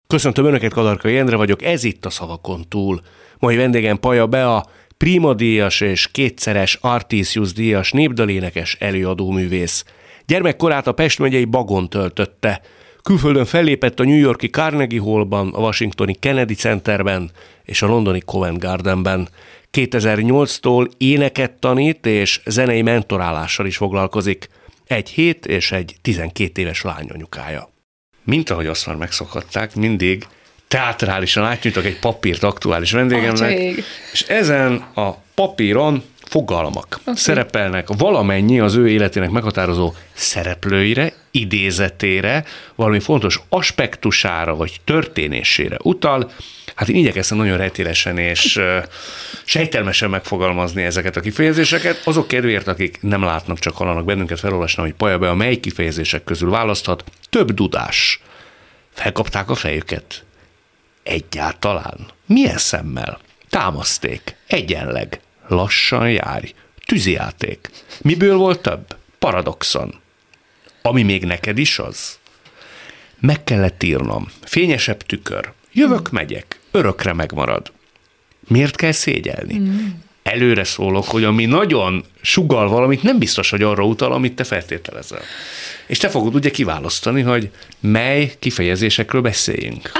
Köszöntöm Önöket, Kadarkai Endre vagyok, ez itt a Szavakon túl. Mai vendégem Paja Bea, Prima díjas és kétszeres Artisius díjas népdalénekes előadóművész. Gyermekkorát a Pest megyei Bagon töltötte. Külföldön fellépett a New York-i Carnegie Hallban, a washingtoni Kennedy Centerben és a londoni Covent Gardenben. 2008-tól éneket tanít és zenei mentorálással is foglalkozik. Egy 7 és egy 12 éves lányanyukája. Mint ahogy azt már megszokhatták, mindig teátrálisan átnyújtok egy papírt aktuális vendégemnek, és ezen a papíron fogalmak szerepelnek valamennyi az ő életének meghatározó szereplőire, idézetére, valami fontos aspektusára vagy történésére utal. Hát én igyekeztem nagyon retélesen és sejtelmesen megfogalmazni ezeket a kifejezéseket. Azok kedvéért, akik nem látnak, csak hallanak bennünket, felolvasnám, hogy Paja Bea mely kifejezések közül választhat. Több dudás. Felkapták a fejüket. Egyáltalán. Milyen szemmel? Támaszték. Egyenleg. Lassan járj. Tűzijáték. Miből volt több? Paradoxon. Ami még neked is az? Meg kellett írnom. Fényesebb tükör. Jövök, megyek. Örökre megmarad. Miért kell szégyelni? Előre szólok, hogy ami nagyon sugall valamit, nem biztos, hogy arra utal, amit te feltételezel. És te fogod ugye kiválasztani, hogy mely kifejezésekről beszéljünk.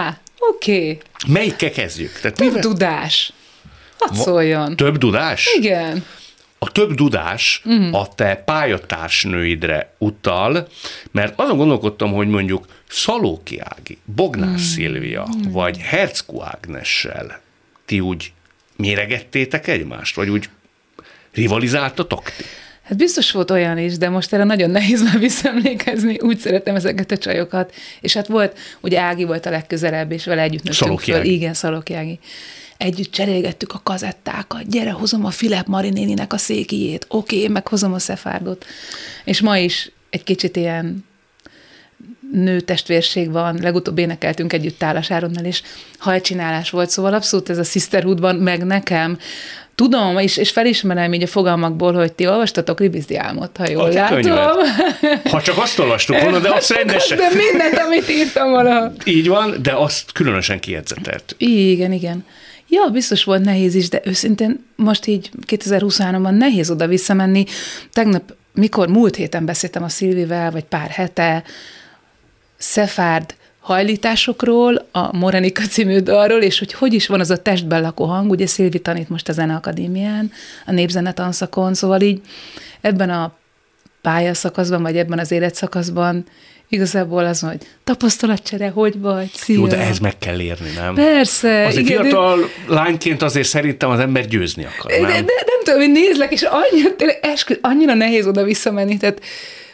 Oké. Melyikkel kezdjük? Több dudás. Hadd szóljon. Több dudás? Igen. A több dudás a te pályatársnőidre utal, mert azon gondolkodtam, hogy mondjuk Szalóki Ági, Bognár Szilvia, vagy Herckó Ágnessel ti úgy méregettétek egymást, vagy úgy rivalizáltatok ti? Hát biztos volt olyan is, de most erre nagyon nehéz már visszaemlékezni, úgy szeretem ezeket a csajokat. És hát volt, ugye Ági volt a legközelebb, és vele együtt nőttünk föl. Igen, Szalóki Ági. Együtt cserélgettük a kazettákat, gyere, hozom a Filip Mari néninek a székijét, oké, én meg hozom a Szefárdot. És ma is egy kicsit ilyen nőtestvérség van, legutóbb énekeltünk együtt Tálas Áronnal, és hajcsinálás volt, szóval abszolút ez a sisterhood meg nekem. Tudom, és felismerem így a fogalmakból, hogy ti olvastatok Ribizdi álmot, ha jól látom. Ha csak azt olvastuk volna, de azt rendesen. De mindent, amit írtam valaha. Így van, de azt különösen kijegyzetelt. Igen. Ja, biztos volt nehéz is, de őszintén most így 2023-ban nehéz oda visszamenni. Tegnap, mikor múlt héten beszéltem a Szilvivel, vagy pár hete, Szefárd hajlításokról, a Morenika című dalról, és hogy is van az a testben lakó hang, ugye Szilvi tanít most a Zeneakadémián, a népzenetanszakon, szóval így ebben a pályaszakaszban, vagy ebben az életszakaszban igazából az, hogy tapasztalatcsere, hogy vagy, szia. Jó, de ehhez meg kell érni, nem? Persze. Azért igen, fiatal lányként azért szerintem az ember győzni akar, nem? De nem tudom, hogy nézlek, és annyira nehéz oda visszamenni, tehát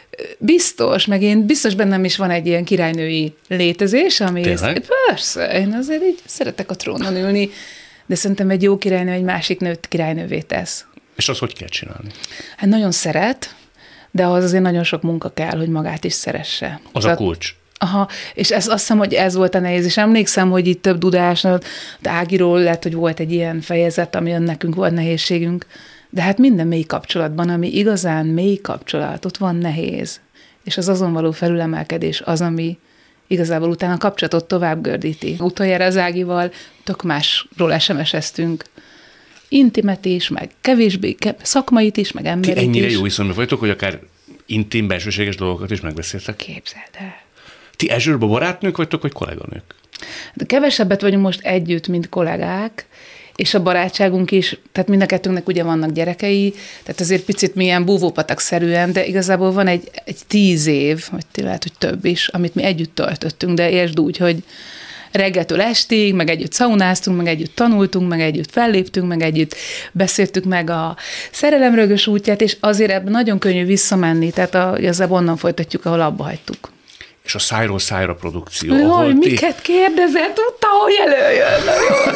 biztos, meg én biztos bennem is van egy ilyen királynői létezés, ami... Persze, én azért így szeretek a trónon ülni, de szerintem egy jó királynő egy másik nőt királynővé tesz. És azt hogy kell csinálni? Hát nagyon szeret, de ahhoz azért nagyon sok munka kell, hogy magát is szeresse. Az a kulcs. Aha, és azt hiszem, hogy ez volt a nehéz, és emlékszem, hogy itt több dudás, de Ágiról lett, hogy volt egy ilyen fejezet, amiön nekünk volt nehézségünk, de hát minden mély kapcsolatban, ami igazán mély kapcsolat, ott van nehéz, és az azon való felülemelkedés az, ami igazából utána a kapcsolatot tovább gördíti. Utoljára az Ágival tök másról SMS-eztünk, intimet is, meg kevésbé, szakmait is, meg emberit is. Ti ennyire jó viszonyban vagytok, hogy akár intim, belsőséges dolgokat is megbeszéltek? Képzeld el. Ti elsősorban barátnők vagytok, vagy kolléganők? De kevesebbet vagyunk most együtt, mint kollégák, és a barátságunk is, tehát mind a kettőnknek ugye vannak gyerekei, tehát azért picit milyen búvópatak-szerűen, de igazából van egy 10 év, vagy lehet, hogy több is, amit mi együtt töltöttünk, de értsd úgy, hogy reggeltől estig, meg együtt szaunáztunk, meg együtt tanultunk, meg együtt felléptünk, meg együtt beszéltük meg a szerelemrögös útját, és azért ebben nagyon könnyű visszamenni, tehát igazából onnan folytatjuk, ahol abba hagytuk. És a szájról szájra produkció. Jaj, miket kérdezett? Tudta, hogy előjön.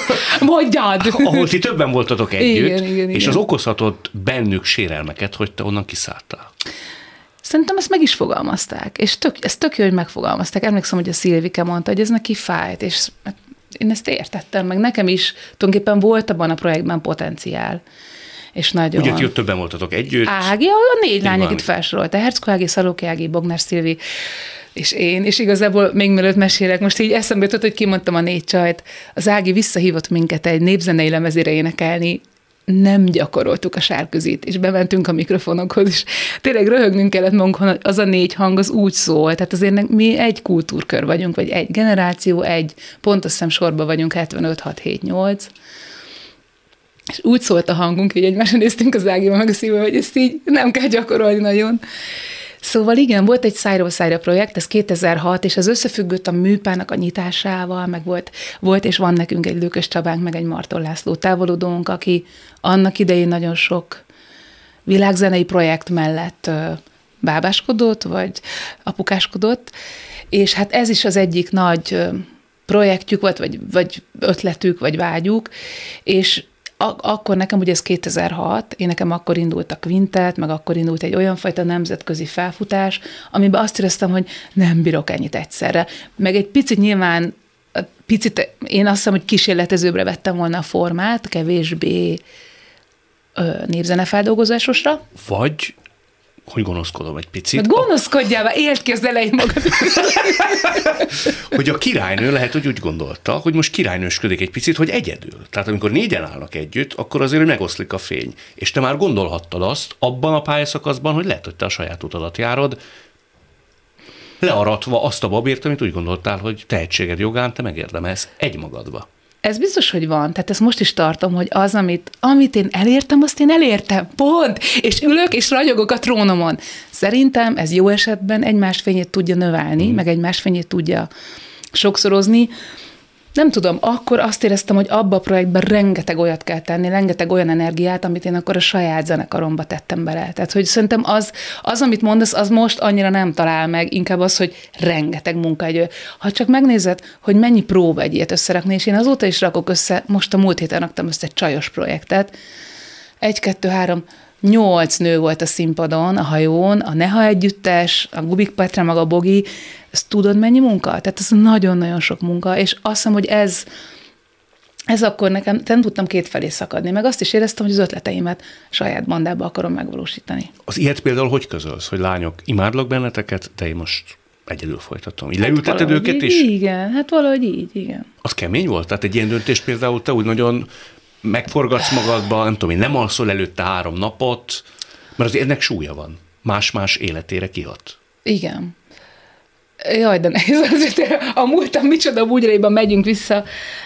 Mondjad! Ahol ti többen voltatok együtt, igen. És az okozhatott bennük sérelmeket, hogy te onnan kiszálltál. Szerintem ezt meg is fogalmazták, és ez tök jó, hogy megfogalmazták. Emlékszem, hogy a Szilvike mondta, hogy ez neki fájt, és én ezt értettem, meg nekem is tulajdonképpen volt abban a projektben potenciál. És nagyon... Ugye ti ott többen voltatok együtt? Ági, a 4 lány, akit felsorolta. Herckó Ági, Szalóki Ági, Bognár Szilvi, és én, és igazából még mielőtt mesélek, most így eszembe jutott, hogy kimondtam a 4 csajt. Az Ági visszahívott minket egy népzenei lemezére énekelni, nem gyakoroltuk a sárközit, és bementünk a mikrofonokhoz, és tényleg röhögnünk kellett magunkon, hogy az a 4 hang az úgy szól, tehát azért mi egy kultúrkör vagyunk, vagy egy generáció, pont azt hiszem sorban vagyunk, 75, 6, 7, 8, és úgy szólt a hangunk, hogy egymásra néztünk az Ágival meg a Szívvel, hogy ezt így nem kell gyakorolni nagyon. Szóval igen, volt egy Szájról Szájra projekt, ez 2006, és ez összefüggött a műpának a nyitásával, meg volt és van nekünk egy Lőkös Csabánk, meg egy Marton László távolodónk, aki annak idején nagyon sok világzenei projekt mellett bábáskodott, vagy apukáskodott, és hát ez is az egyik nagy projektjük volt, vagy ötletük, vagy vágyuk, és akkor nekem, ugye ez 2006, nekem akkor indult a Quintet, meg akkor indult egy olyan fajta nemzetközi felfutás, amiben azt éreztem, hogy nem bírok ennyit egyszerre. Meg egy picit nyilván, én azt hiszem, hogy kísérletezőbbre vettem volna a formát, kevésbé népzenefeldolgozásosra. Vagy, hogy gonoszkodom egy picit. Hát gonoszkodjál már, éld ki az elején magad. Hogy a királynő lehet, hogy úgy gondolta, hogy most királynősködik egy picit, hogy egyedül. Tehát amikor 4-en állnak együtt, akkor azért megoszlik a fény. És te már gondolhattad azt abban a pályaszakaszban, hogy lehet, hogy te a saját utadat járod, learatva azt a babért, amit úgy gondoltál, hogy tehetséged jogán te megérdemelsz egymagadba. Ez biztos, hogy van. Tehát ezt most is tartom, hogy az, amit én elértem, azt én elértem. Pont. És ülök, és ragyogok a trónomon. Szerintem ez jó esetben egymás fényét tudja növelni, meg egymás fényét tudja sokszorozni. Nem tudom, akkor azt éreztem, hogy abba a projektben rengeteg olyat kell tenni, rengeteg olyan energiát, amit én akkor a saját zenekaromba tettem bele. Tehát, hogy szerintem az, amit mondasz, az most annyira nem talál meg, inkább az, hogy rengeteg munka ha csak megnézed, hogy mennyi próba egy ilyet összerakni, és én azóta is rakok össze, most a múlt héten raktam össze egy csajos projektet, 1, 2, 3, 8 nő volt a színpadon, a hajón, a Neha együttes, a Gubik Petra, meg a Bogi, ezt tudod mennyi munka? Tehát ez nagyon-nagyon sok munka, és azt hiszem, hogy ez akkor nekem, nem tudtam kétfelé szakadni, meg azt is éreztem, hogy az ötleteimet saját bandába akarom megvalósítani. Az ilyet például hogy közölsz, hogy lányok, imádlak benneteket, de én most egyedül folytatom. Így hát leülteted őket is? Igen, hát valahogy így, igen. Az kemény volt? Tehát egy ilyen döntést például te úgy nagyon megforgatsz magadba, nem tudom én, nem alszol előtte 3 napot, mert azért ennek súlya van. Más-más életére kihat. Igen. Jaj, de nehéz azért. A múltam micsoda bugyraiban megyünk vissza.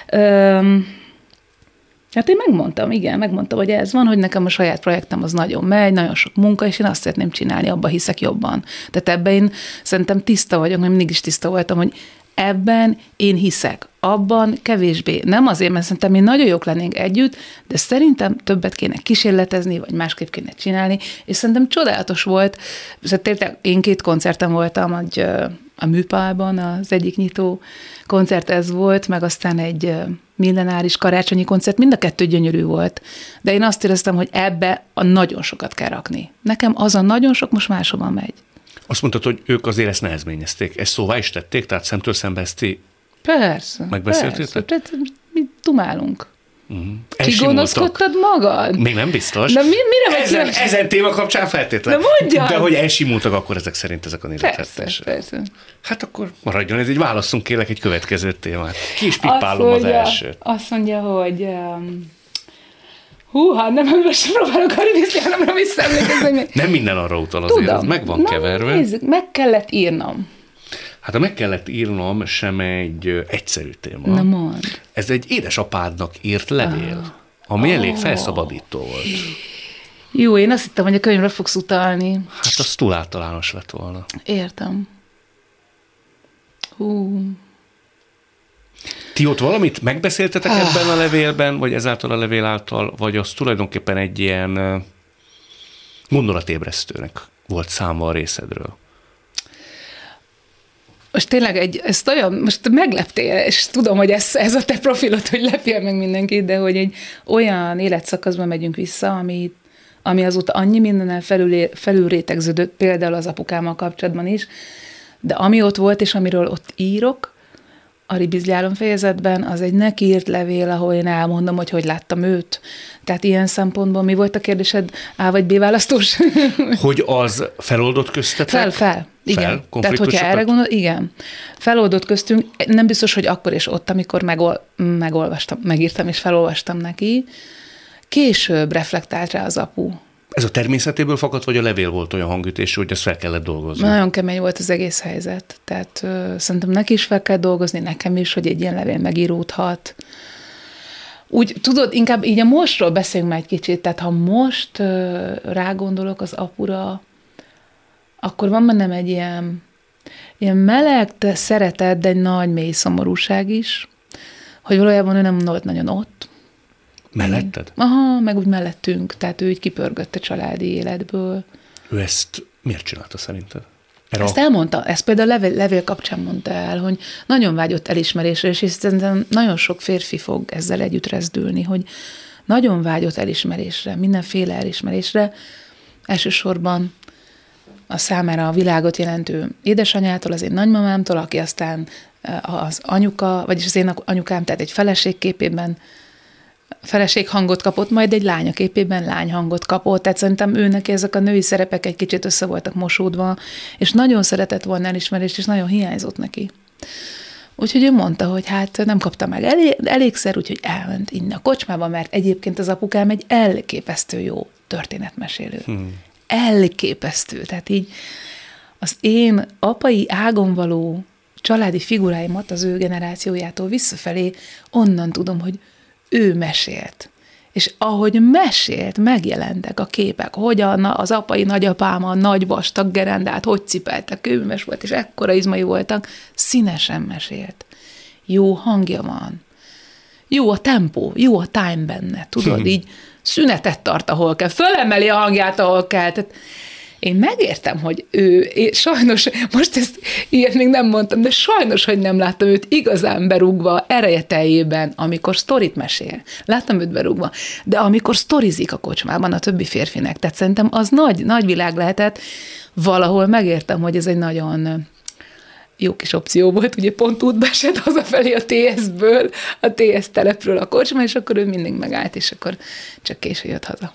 Hát én megmondtam, hogy ez van, hogy nekem a saját projektem az nagyon megy, nagyon sok munka, és én azt szeretném csinálni, abba hiszek jobban. Tehát ebben én szerintem tiszta vagyok, mert mindig is tiszta voltam, hogy ebben én hiszek, abban kevésbé. Nem azért, mert szerintem mi nagyon jók lennénk együtt, de szerintem többet kéne kísérletezni, vagy másképp kéne csinálni, és szerintem csodálatos volt. Tényleg én 2 koncerten voltam, a Műpában, az egyik nyitó koncert ez volt, meg aztán egy millenáris karácsonyi koncert, mind a 2 gyönyörű volt. De én azt éreztem, hogy ebbe nagyon sokat kell rakni. Nekem az a nagyon sok most máshova megy. Azt mondtad, hogy ők azért ezt nehezményezték. Ezt szóvá is tették? Tehát szemtől szembe ezt ti megbeszéltétek? Persze. Mi dumálunk. Kigonoszkodtad magad? Még nem biztos. De mire vagy ezen téma kapcsán feltétlen. De mondjad! De hogy elsimultak akkor ezek szerint ezek a nézetettesek. Persze. Hát akkor maradjon, ez így válasszunk kérlek egy következő témát. Ki is pipálom az elsőt. Azt mondja, hogy húha, nem, most próbálok arra nézni, hanem visszaemlékezni. Nem minden arra utal azért, tudom. Ez meg van keverve. Nézzük, meg kellett írnom. Hát a meg kellett írnom sem egy egyszerű téma. Na mondd. Ez egy édesapádnak írt levél, ami elég felszabadító volt. Jó, én azt hittem, hogy a könyvre fogsz utalni. Hát az túl általános lett volna. Értem. Ti ott valamit megbeszéltetek ebben a levélben, vagy ezáltal a levél által, vagy az tulajdonképpen egy ilyen gondolatébresztőnek volt számva a részedről? Most tényleg most megleptél, és tudom, hogy ez a te profilod, hogy lepjél meg mindenkit, de hogy egy olyan életszakaszban megyünk vissza, ami azóta annyi mindennel felül rétegződött, például az apukámmal kapcsolatban is, de ami ott volt, és amiről ott írok, a ribizlyálom fejezetben az egy neki írt levél, ahol én elmondom, hogy láttam őt. Tehát ilyen szempontból mi volt a kérdésed? A vagy B választós? Hogy az feloldott köztetek? Fel. Igen. Tehát, hogyha erre gondol, igen. Feloldott köztünk, nem biztos, hogy akkor és ott, amikor megírtam és felolvastam neki. Később reflektált rá az apu. Ez a természetéből fakadt, vagy a levél volt olyan hangütésű, hogy ezt fel kellett dolgozni? Nagyon kemény volt az egész helyzet. Tehát szerintem neki is fel kell dolgozni, nekem is, hogy egy ilyen levél megíródhat. Úgy, tudod, inkább így a mostról beszéljünk már egy kicsit. Tehát ha most rágondolok az apura, akkor van bennem egy ilyen meleg, de szeretet, de egy nagy, mély szomorúság is, hogy valójában ő nem volt nagyon ott. Melletted? Aha, meg úgy mellettünk, tehát ő így kipörgött a családi életből. Ő ezt miért csinálta szerinted? Ezt elmondta, ezt például a levél kapcsán mondta el, hogy nagyon vágyott elismerésre, és szerintem nagyon sok férfi fog ezzel együtt rezdülni, hogy nagyon vágyott elismerésre, mindenféle elismerésre, elsősorban a számára a világot jelentő édesanyától, az én nagymamámtól, aki aztán az anyuka, vagyis az én anyukám, tehát egy feleség képében feleséghangot kapott, majd egy lánya képében lányhangot kapott, tehát szerintem őnek ezek a női szerepek egy kicsit össze voltak mosódva, és nagyon szeretett volna elismerést, és nagyon hiányzott neki. Úgyhogy ő mondta, hogy hát nem kapta meg elégszer, úgyhogy elment inni a kocsmába, mert egyébként az apukám egy elképesztő jó történetmesélő. Elképesztő. Tehát így az én apai ágon való családi figuráimat az ő generációjától visszafelé onnan tudom, hogy ő mesélt. És ahogy mesélt, megjelentek a képek, hogy az apai nagyapám a nagy vastag gerendát, hogy cipelte, kőműves volt, és ekkora izmai voltak, színesen mesélt. Jó hangja van. Jó a tempó, jó a time benne, tudod, így szünetet tart, ahol kell, fölemeli a hangját, ahol kell. Tehát én megértem, hogy sajnos, most ezt ilyet még nem mondtam, de sajnos, hogy nem láttam őt igazán berúgva, ereje teljében, amikor sztorit mesél. Láttam őt berúgva, de amikor sztorizik a kocsmában a többi férfinek, tehát szerintem az nagy világ lehetett, valahol megértem, hogy ez egy nagyon jó kis opció volt, ugye pont útba esett hazafelé a TS-ből, a TS telepről a kocsma, és akkor ő mindig megállt, és akkor csak késő jött haza.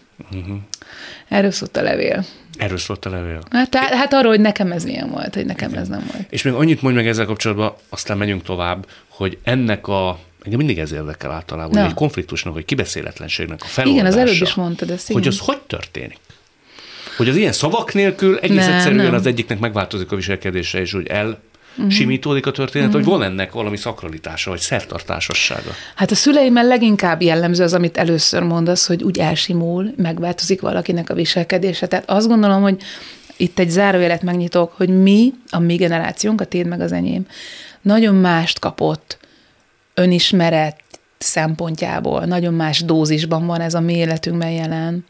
Erről szólt a levél. Erről szólt a levél. Hát arról, hogy nekem ez milyen volt, hogy nekem ez nem volt. És még annyit mondj meg ezzel kapcsolatban, aztán menjünk tovább, hogy ennek engem mindig ez érdekel általában, hogy egy konfliktusnak, vagy kibeszéletlenségnek a feloldása. Igen, az előbb is mondtad ezt. Hogy az hogy történik? Hogy az ilyen szavak nélkül egész egyszerűen az egyiknek megváltozik a viselkedése, és úgy simítódik a történet, hogy van ennek valami szakralitása, vagy szertartásossága? Hát a szüleimmel leginkább jellemző az, amit először mondasz, hogy úgy elsimul, megváltozik valakinek a viselkedése. Tehát azt gondolom, hogy itt egy zárójelet megnyitok, hogy a mi generációnk, a tiéd meg az enyém, nagyon mást kapott önismeret szempontjából, nagyon más dózisban van ez a mi életünkben jelen.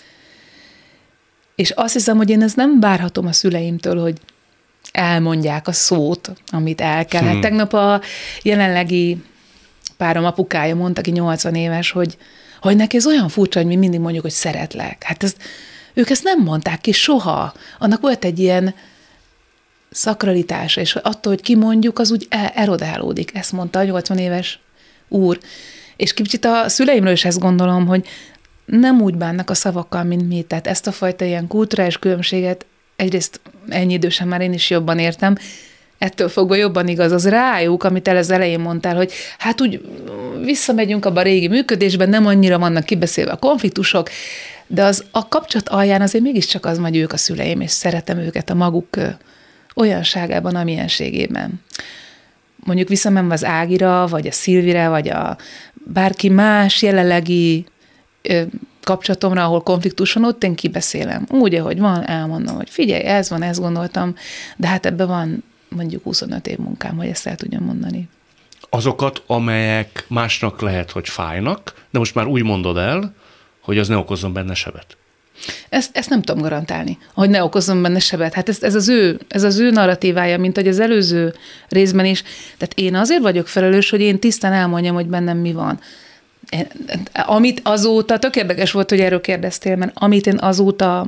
És azt hiszem, hogy én ezt nem várhatom a szüleimtől, hogy elmondják a szót, amit el kell. Hát tegnap a jelenlegi párom apukája mondta, aki 80 éves, hogy neki ez olyan furcsa, hogy mi mindig mondjuk, hogy szeretlek. Hát ők ezt nem mondták ki soha. Annak volt egy ilyen szakralitása, és attól, hogy kimondjuk, az úgy erodálódik. Ezt mondta a 80 éves úr. És kicsit a szüleimről is ezt gondolom, hogy nem úgy bánnak a szavakkal, mint mi. Tehát ezt a fajta ilyen kulturális különbséget egyrészt ennyi idősen már én is jobban értem, ettől fogva jobban igaz az rájuk, amit az elején mondtál, hogy hát úgy visszamegyünk abba a régi működésben, nem annyira vannak kibeszélve a konfliktusok, de a kapcsolat alján azért mégiscsak az, hogy ők a szüleim, és szeretem őket a maguk olyanságában, amilyenségében. Mondjuk visszamenve az Ágira, vagy a Szilvire, vagy a bárki más jelenlegi kapcsolatomra, ahol konfliktus van, ott én kibeszélem. Úgy, ahogy van, elmondom, hogy figyelj, ez van, ezt gondoltam, de hát ebben van mondjuk 25 év munkám, hogy ezt el tudjam mondani. Azokat, amelyek másnak lehet, hogy fájnak, de most már úgy mondod el, hogy az ne okozzon benne sebet. Ezt nem tudom garantálni, hogy ne okozzon benne sebet. Hát ez az ő narratívája, mint hogy az előző részben is. Tehát én azért vagyok felelős, hogy én tisztán elmondjam, hogy bennem mi van. Amit azóta, tök érdekes volt, hogy erről kérdeztél, mert amit én azóta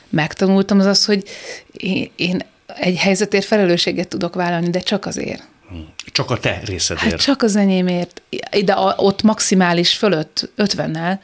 megtanultam, az az, hogy én egy helyzetért felelősséget tudok vállalni, de csak azért. Csak a te részedért. Hát csak az enyémért. De ott maximális fölött 50-nel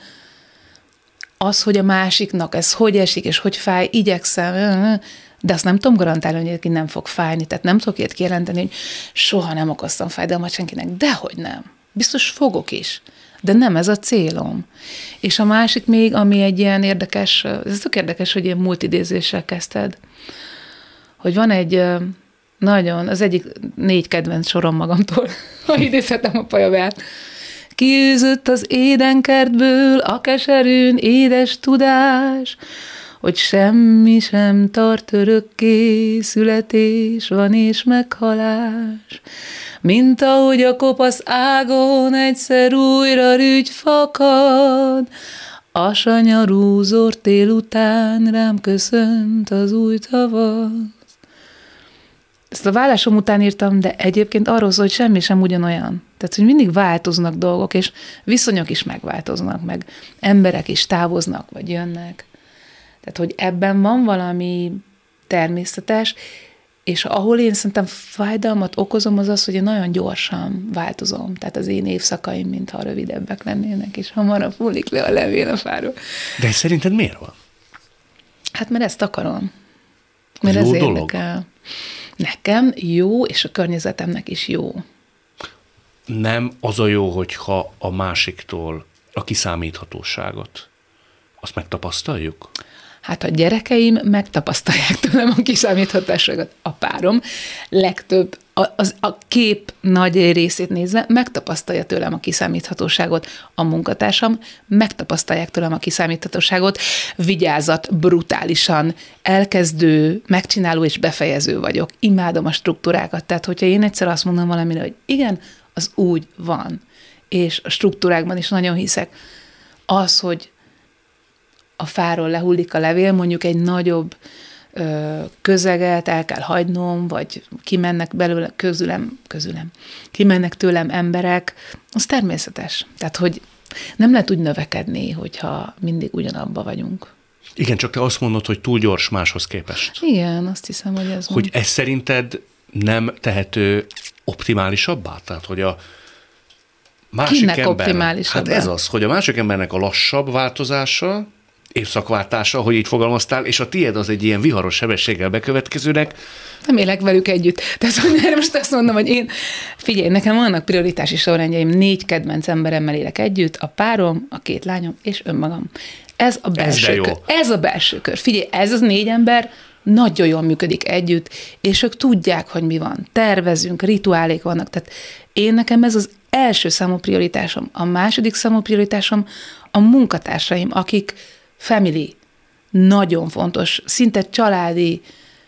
az, hogy a másiknak ez hogy esik, és hogy fáj, igyekszem, de azt nem tudom garantálni, hogy egyébként nem fog fájni. Tehát nem tudok ilyet kijelenteni, hogy soha nem okoztam fájdalmat senkinek. Dehogy nem. Biztos fogok is. De nem ez a célom. És a másik még, ami egy ilyen érdekes, ez tök érdekes, hogy ilyen multidézéssel kezdted, hogy van egy nagyon, az egyik 4 kedvenc sorom magamtól, ha idézhetem a Pajabeát. Kiűzött az édenkertből a keserűn édes tudás, hogy semmi sem tart örökké, születés van és meghalás. Mint ahogy a kopasz ágon egyszer újra rügy fakad, a sanyarú tél után rám köszönt az új tavasz. Ezt a vállásom után írtam, de egyébként arról szól, hogy semmi sem ugyanolyan. Tehát, hogy mindig változnak dolgok, és viszonyok is megváltoznak, meg emberek is távoznak, vagy jönnek. Tehát, hogy ebben van valami természetes, és ahol én szerintem fájdalmat okozom, az az, hogy én nagyon gyorsan változom. Tehát az én évszakaim, mintha rövidebbek lennének, és hamarabb hullik le a levél a fáról. De szerinted miért van? Hát, mert ezt akarom. Mert ez érdekel. Nekem jó, és a környezetemnek is jó. Nem az a jó, hogyha a másiktól a kiszámíthatóságot, azt megtapasztaljuk? Hát a gyerekeim megtapasztalják tőlem a kiszámíthatóságot. A párom legtöbb, a kép nagy részét nézve megtapasztalja tőlem a kiszámíthatóságot. A munkatársam megtapasztalják tőlem a kiszámíthatóságot. Vigyázat, brutálisan elkezdő, megcsináló és befejező vagyok. Imádom a struktúrákat. Tehát, hogyha én egyszer azt mondom valamire, hogy igen, az úgy van. És a struktúrákban is nagyon hiszek. Az, hogy a fáról lehullik a levél, mondjuk egy nagyobb közeget el kell hagynom, vagy kimennek belőle, kimennek tőlem emberek, az természetes. Tehát, hogy nem lehet úgy növekedni, hogyha mindig ugyanabba vagyunk. Igen, csak te azt mondod, hogy túl gyors máshoz képest. Igen, azt hiszem, hogy ez hogy ez szerinted nem tehető optimálisabbá? Tehát, hogy a másik kinek ember... optimálisabbá? Hát ez az, hogy a másik embernek a lassabb változása, évszakváltása, hogy így fogalmaztál, és a tiéd az egy ilyen viharos sebességgel bekövetkezőnek. Nem élek velük együtt. Tehát, hogy most azt mondom, hogy én, figyelj, nekem vannak prioritási sorrendjeim, 4 kedvenc emberemmel élek együtt, a párom, a 2 lányom és önmagam. Ez a belső kör. Ez a belső kör. Figyelj, ez az 4 ember nagyon jól működik együtt, és ők tudják, hogy mi van. Tervezünk, rituálék vannak. Tehát nekem ez az első számú prioritásom. A második számú prioritásom a munkatársaim, akik family, nagyon fontos, szinte családi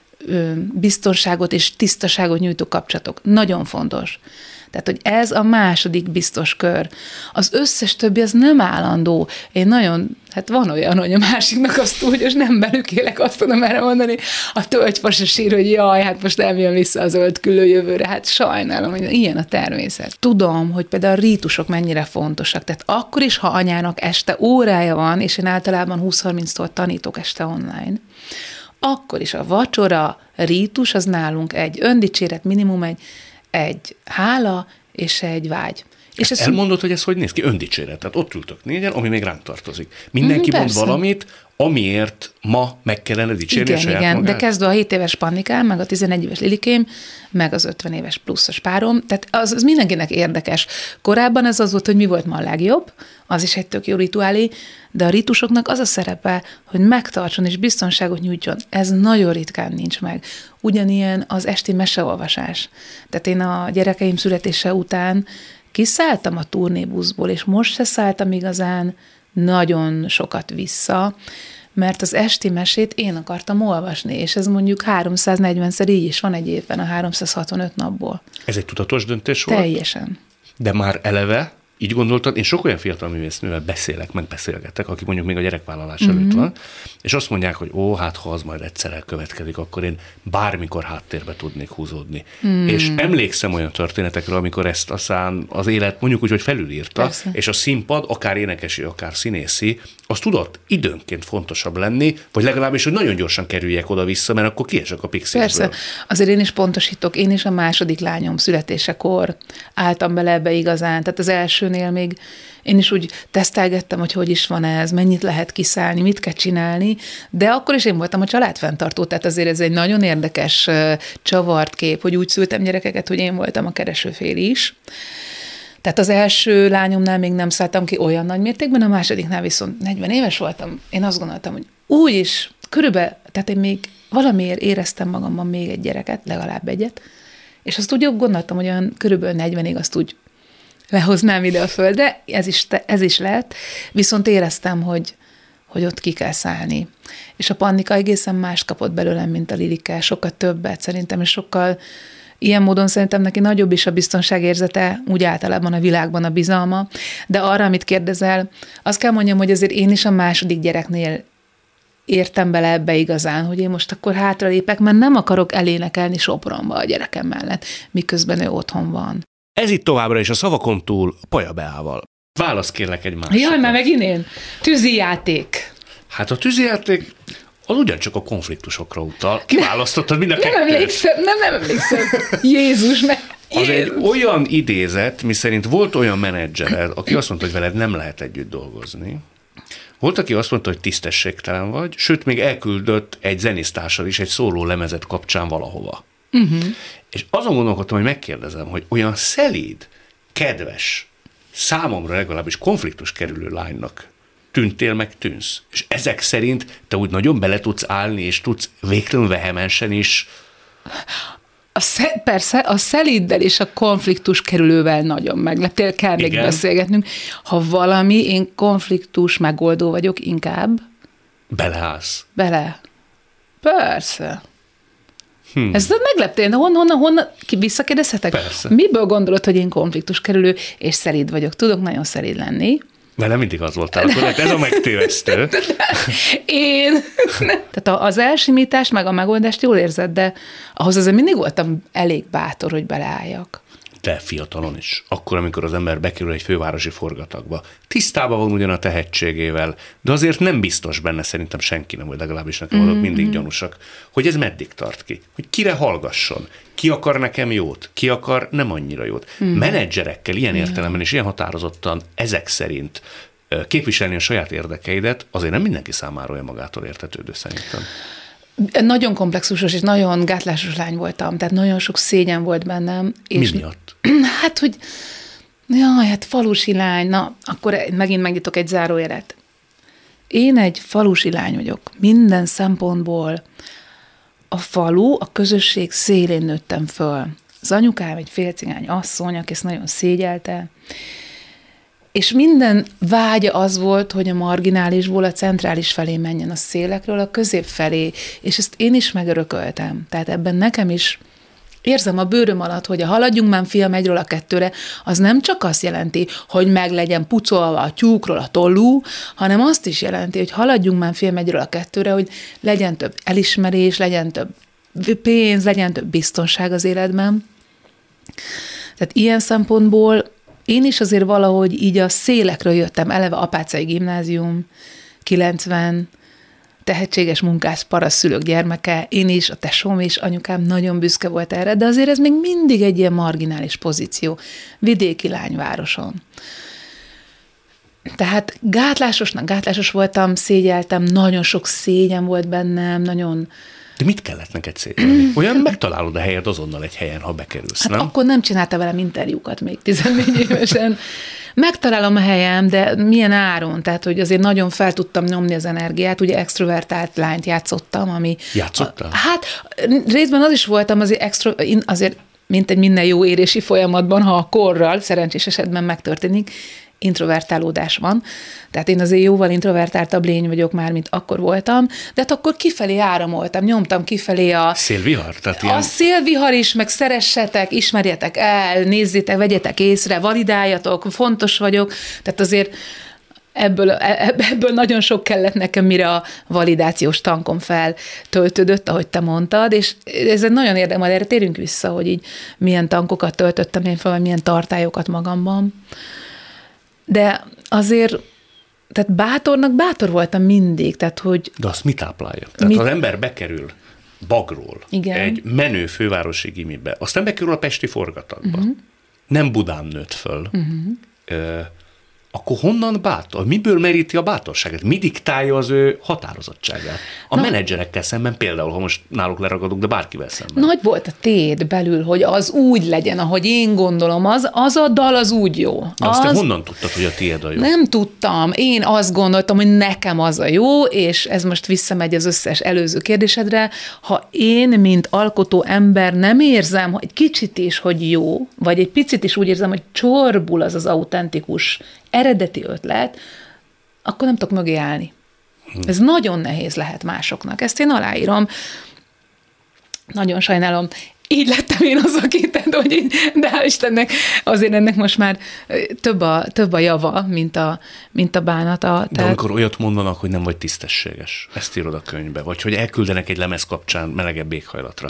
biztonságot és tisztaságot nyújtó kapcsolatok. Nagyon fontos. Tehát, hogy ez a második biztos kör. Az összes többi az nem állandó. Én nagyon, hát van olyan, hogy a másiknak azt tudja, hogy nem belük élek, azt tudom erre mondani, a tölgyfas a sír, hogy jaj, hát most nem jön vissza a zöld küllő jövőre, hát sajnálom, hogy ilyen a természet. Tudom, hogy például a rítusok mennyire fontosak. Tehát akkor is, ha anyának este órája van, és én általában 20-30-tól tanítok este online, akkor is a vacsora, rítus, az nálunk egy öndicséret, minimum egy hála és egy vágy. És elmondod, hogy ez hogy néz ki? Öndicséret. Tehát ott ültök 4-en, ami még ránk tartozik. Mindenki mond valamit, amiért ma meg kellene dicsérni a saját magát. De kezdve a 7 éves Pannikám, meg a 11 éves Lilikém, meg az 50 éves pluszos párom, tehát az mindenkinek érdekes. Korábban ez az volt, hogy mi volt ma a legjobb, az is egy tök jó rituálé, de a ritusoknak az a szerepe, hogy megtartson és biztonságot nyújtson. Ez nagyon ritkán nincs meg. Ugyanilyen az esti meseolvasás. Tehát én a gyerekeim születése után kiszálltam a turnébuszból, és most se szálltam igazán nagyon sokat vissza, mert az esti mesét én akartam olvasni, és ez mondjuk 340-szer így is van egy évben a 365 napból. Ez egy tudatos döntés volt? Teljesen. De már eleve így gondoltad, én sok olyan fiatal művésznővel beszélek, megbeszélgetek, aki mondjuk még a gyerekvállalás előtt van, és azt mondják, hogy hát ha az majd egyszer elkövetkezik, akkor én bármikor háttérbe tudnék húzódni. És emlékszem olyan történetekről, amikor ezt aztán az élet mondjuk úgy, hogy felülírta, persze. És a színpad, akár énekesi, akár színészi, az tudott időnként fontosabb lenni, vagy legalábbis, hogy nagyon gyorsan kerüljek oda-vissza, mert akkor kiesek a pixisből. Persze. Azért én is pontosítok, én is a második lányom születésekor álltam bele ebbe igazán, tehát az elsőnél még én is úgy tesztelgettem, hogy is van ez, mennyit lehet kiszállni, mit kell csinálni, de akkor is én voltam a családfenntartó, tehát azért ez egy nagyon érdekes csavart kép, hogy úgy szültem gyerekeket, hogy én voltam a keresőfél is. Tehát az első lányomnál még nem szálltam ki olyan nagy mértékben, a másodiknál viszont 40 éves voltam. Én azt gondoltam, hogy úgy is, körülbelül, tehát én még valamiért éreztem magamban még egy gyereket, legalább egyet, és azt úgy gondoltam, hogy olyan körülbelül 40-ig azt úgy lehoznám ide a földre, ez is lett, viszont éreztem, hogy ott ki kell szállni. És a Pannika egészen mást kapott belőlem, mint a Lilike, sokkal többet szerintem, és sokkal ilyen módon szerintem neki nagyobb is a biztonságérzete, úgy általában a világban a bizalma, de arra, amit kérdezel, azt kell mondjam, hogy azért én is a második gyereknél értem bele ebbe igazán, hogy én most akkor hátralépek, mert nem akarok elénekelni Sopronba a gyerekem mellett, miközben ő otthon van. Ez itt továbbra is a Szavakon túl Paja Beával. Válasz kérlek egy másikat. Jaj, már megint én. Tűzijáték. Hát a tűzijáték az ugyancsak a konfliktusokra utal. Kiválasztottad mind a kettőt. Nem emlékszem. Jézus, Az egy olyan idézet, miszerint volt olyan menedzsered, aki azt mondta, hogy veled nem lehet együtt dolgozni. Volt, aki azt mondta, hogy tisztességtelen vagy, sőt, még elküldött egy zenésztársad is egy szóló lemezet kapcsán valahova. És azon gondolkodtam, hogy megkérdezem, hogy olyan szelíd, kedves, számomra legalábbis konfliktus kerülő lánynak tűntél meg tűnsz. És ezek szerint te úgy nagyon bele tudsz állni, és tudsz végtelenül vehemensen is. Persze, a szelíddel és a konfliktus kerülővel nagyon megleptél, kell még beszélgetnünk. Ha valami, én konfliktus megoldó vagyok inkább. Beleállsz. Persze. Ezt megleptél, de honnan visszakérdezhetek? Persze. Miből gondolod, hogy én konfliktus kerülő és szelíd vagyok? Tudok nagyon szelíd lenni. Mert nem mindig az voltál, akkor ez a megtévesztő. Tehát az elsimítást meg a megoldást jól érzed, de ahhoz azért mindig voltam elég bátor, hogy beleálljak. De fiatalon is. Akkor, amikor az ember bekerül egy fővárosi forgatagba. Tisztában van ugyan a tehetségével, de azért nem biztos benne, szerintem senki nem, vagy legalábbis nekem azok mindig gyanúsak, hogy ez meddig tart ki. Hogy kire hallgasson. Ki akar nekem jót, ki akar nem annyira jót. Menedzserekkel ilyen értelemben és ilyen határozottan ezek szerint képviselni a saját érdekeidet azért nem mindenki számára olyan magától értetődő szerintem. Nagyon komplexusos és nagyon gátlásos lány voltam, tehát nagyon sok szégyen volt bennem. És mi miatt? Hát, hogy hát falusi lány, na, akkor megint megnyitok egy zárójelet. Én egy falusi lány vagyok, minden szempontból. A falu, a közösség szélén nőttem föl. Az anyukám egy félcigány asszony, aki ezt nagyon szégyelte, és minden vágya az volt, hogy a marginálisból a centrális felé menjen, a szélekről a közép felé, és ezt én is megörököltem. Tehát ebben nekem is érzem a bőröm alatt, hogy a haladjunk már fiam egyről a kettőre, az nem csak azt jelenti, hogy meg legyen pucolva a tyúkról a tollú, hanem azt is jelenti, hogy haladjunk már fiam egyről a kettőre, hogy legyen több elismerés, legyen több pénz, legyen több biztonság az életben. Tehát ilyen szempontból én is azért valahogy így a szélekről jöttem, eleve Apácai Gimnázium, 90, tehetséges munkász paraszszülők gyermeke, én is, a tesóm is, anyukám nagyon büszke volt erre, de azért ez még mindig egy ilyen marginális pozíció, vidéki lányvároson. Tehát gátlásos voltam, szégyeltem, nagyon sok szégyen volt bennem, nagyon... De mit kellett neked szégyelni? Olyan megtalálod a helyed azonnal egy helyen, ha bekerülsz, hát nem? Akkor nem csinálta velem interjúkat még 14 évesen. Megtalálom a helyem, de milyen áron? Tehát, hogy azért nagyon fel tudtam nyomni az energiát, ugye extrovertált lányt játszottam, ami... Játszottál? Hát részben az is voltam, azért mint egy minden jó érési folyamatban, ha a korral szerencsés esetben megtörténik, introvertálódás van. Tehát én azért jóval introvertáltabb lény vagyok már, mint akkor voltam, de hát akkor kifelé áramoltam, nyomtam kifelé a... Szélvihar? Tehát a szélvihar is, meg szeressetek, ismerjetek el, nézzétek, vegyetek észre, validáljatok, fontos vagyok. Tehát azért ebből nagyon sok kellett nekem, mire a validációs tankom feltöltődött, ahogy te mondtad, és ez egy nagyon érdekes, majd erre térünk vissza, hogy így milyen tankokat töltöttem én fel, vagy milyen tartályokat magamban. De azért, tehát bátor voltam mindig, tehát hogy... De azt mit táplálja? Tehát az ember bekerül Bagról egy menő fővárosi gimibe, aztán bekerül a pesti forgatagba. Nem Budán nőtt föl. Akkor honnan bátor? Miből meríti a bátorságát? Mi diktálja az ő határozottságát? A menedzserekkel szemben például, ha most náluk leragadunk, de bárkivel szemben. Nagy volt a tét belül, hogy az úgy legyen, ahogy én gondolom, az a dal az úgy jó. De azt te honnan tudtad, hogy a tiéd a jó? Nem tudtam. Én azt gondoltam, hogy nekem az a jó, és ez most visszamegy az összes előző kérdésedre. Ha én, mint alkotó ember nem érzem egy kicsit is, hogy jó, vagy egy picit is úgy érzem, hogy csorbul az autentikus eredeti ötlet, akkor nem tudok mögé állni. Ez nagyon nehéz lehet másoknak. Ezt én aláírom. Nagyon sajnálom. Így lettem én az, hogy így, de hál' Istennek azért ennek most már több a java, mint a bánata. De amikor olyat mondanak, hogy nem vagy tisztességes, ezt írod a könyvbe, vagy hogy elküldenek egy lemez kapcsán melegebb éghajlatra.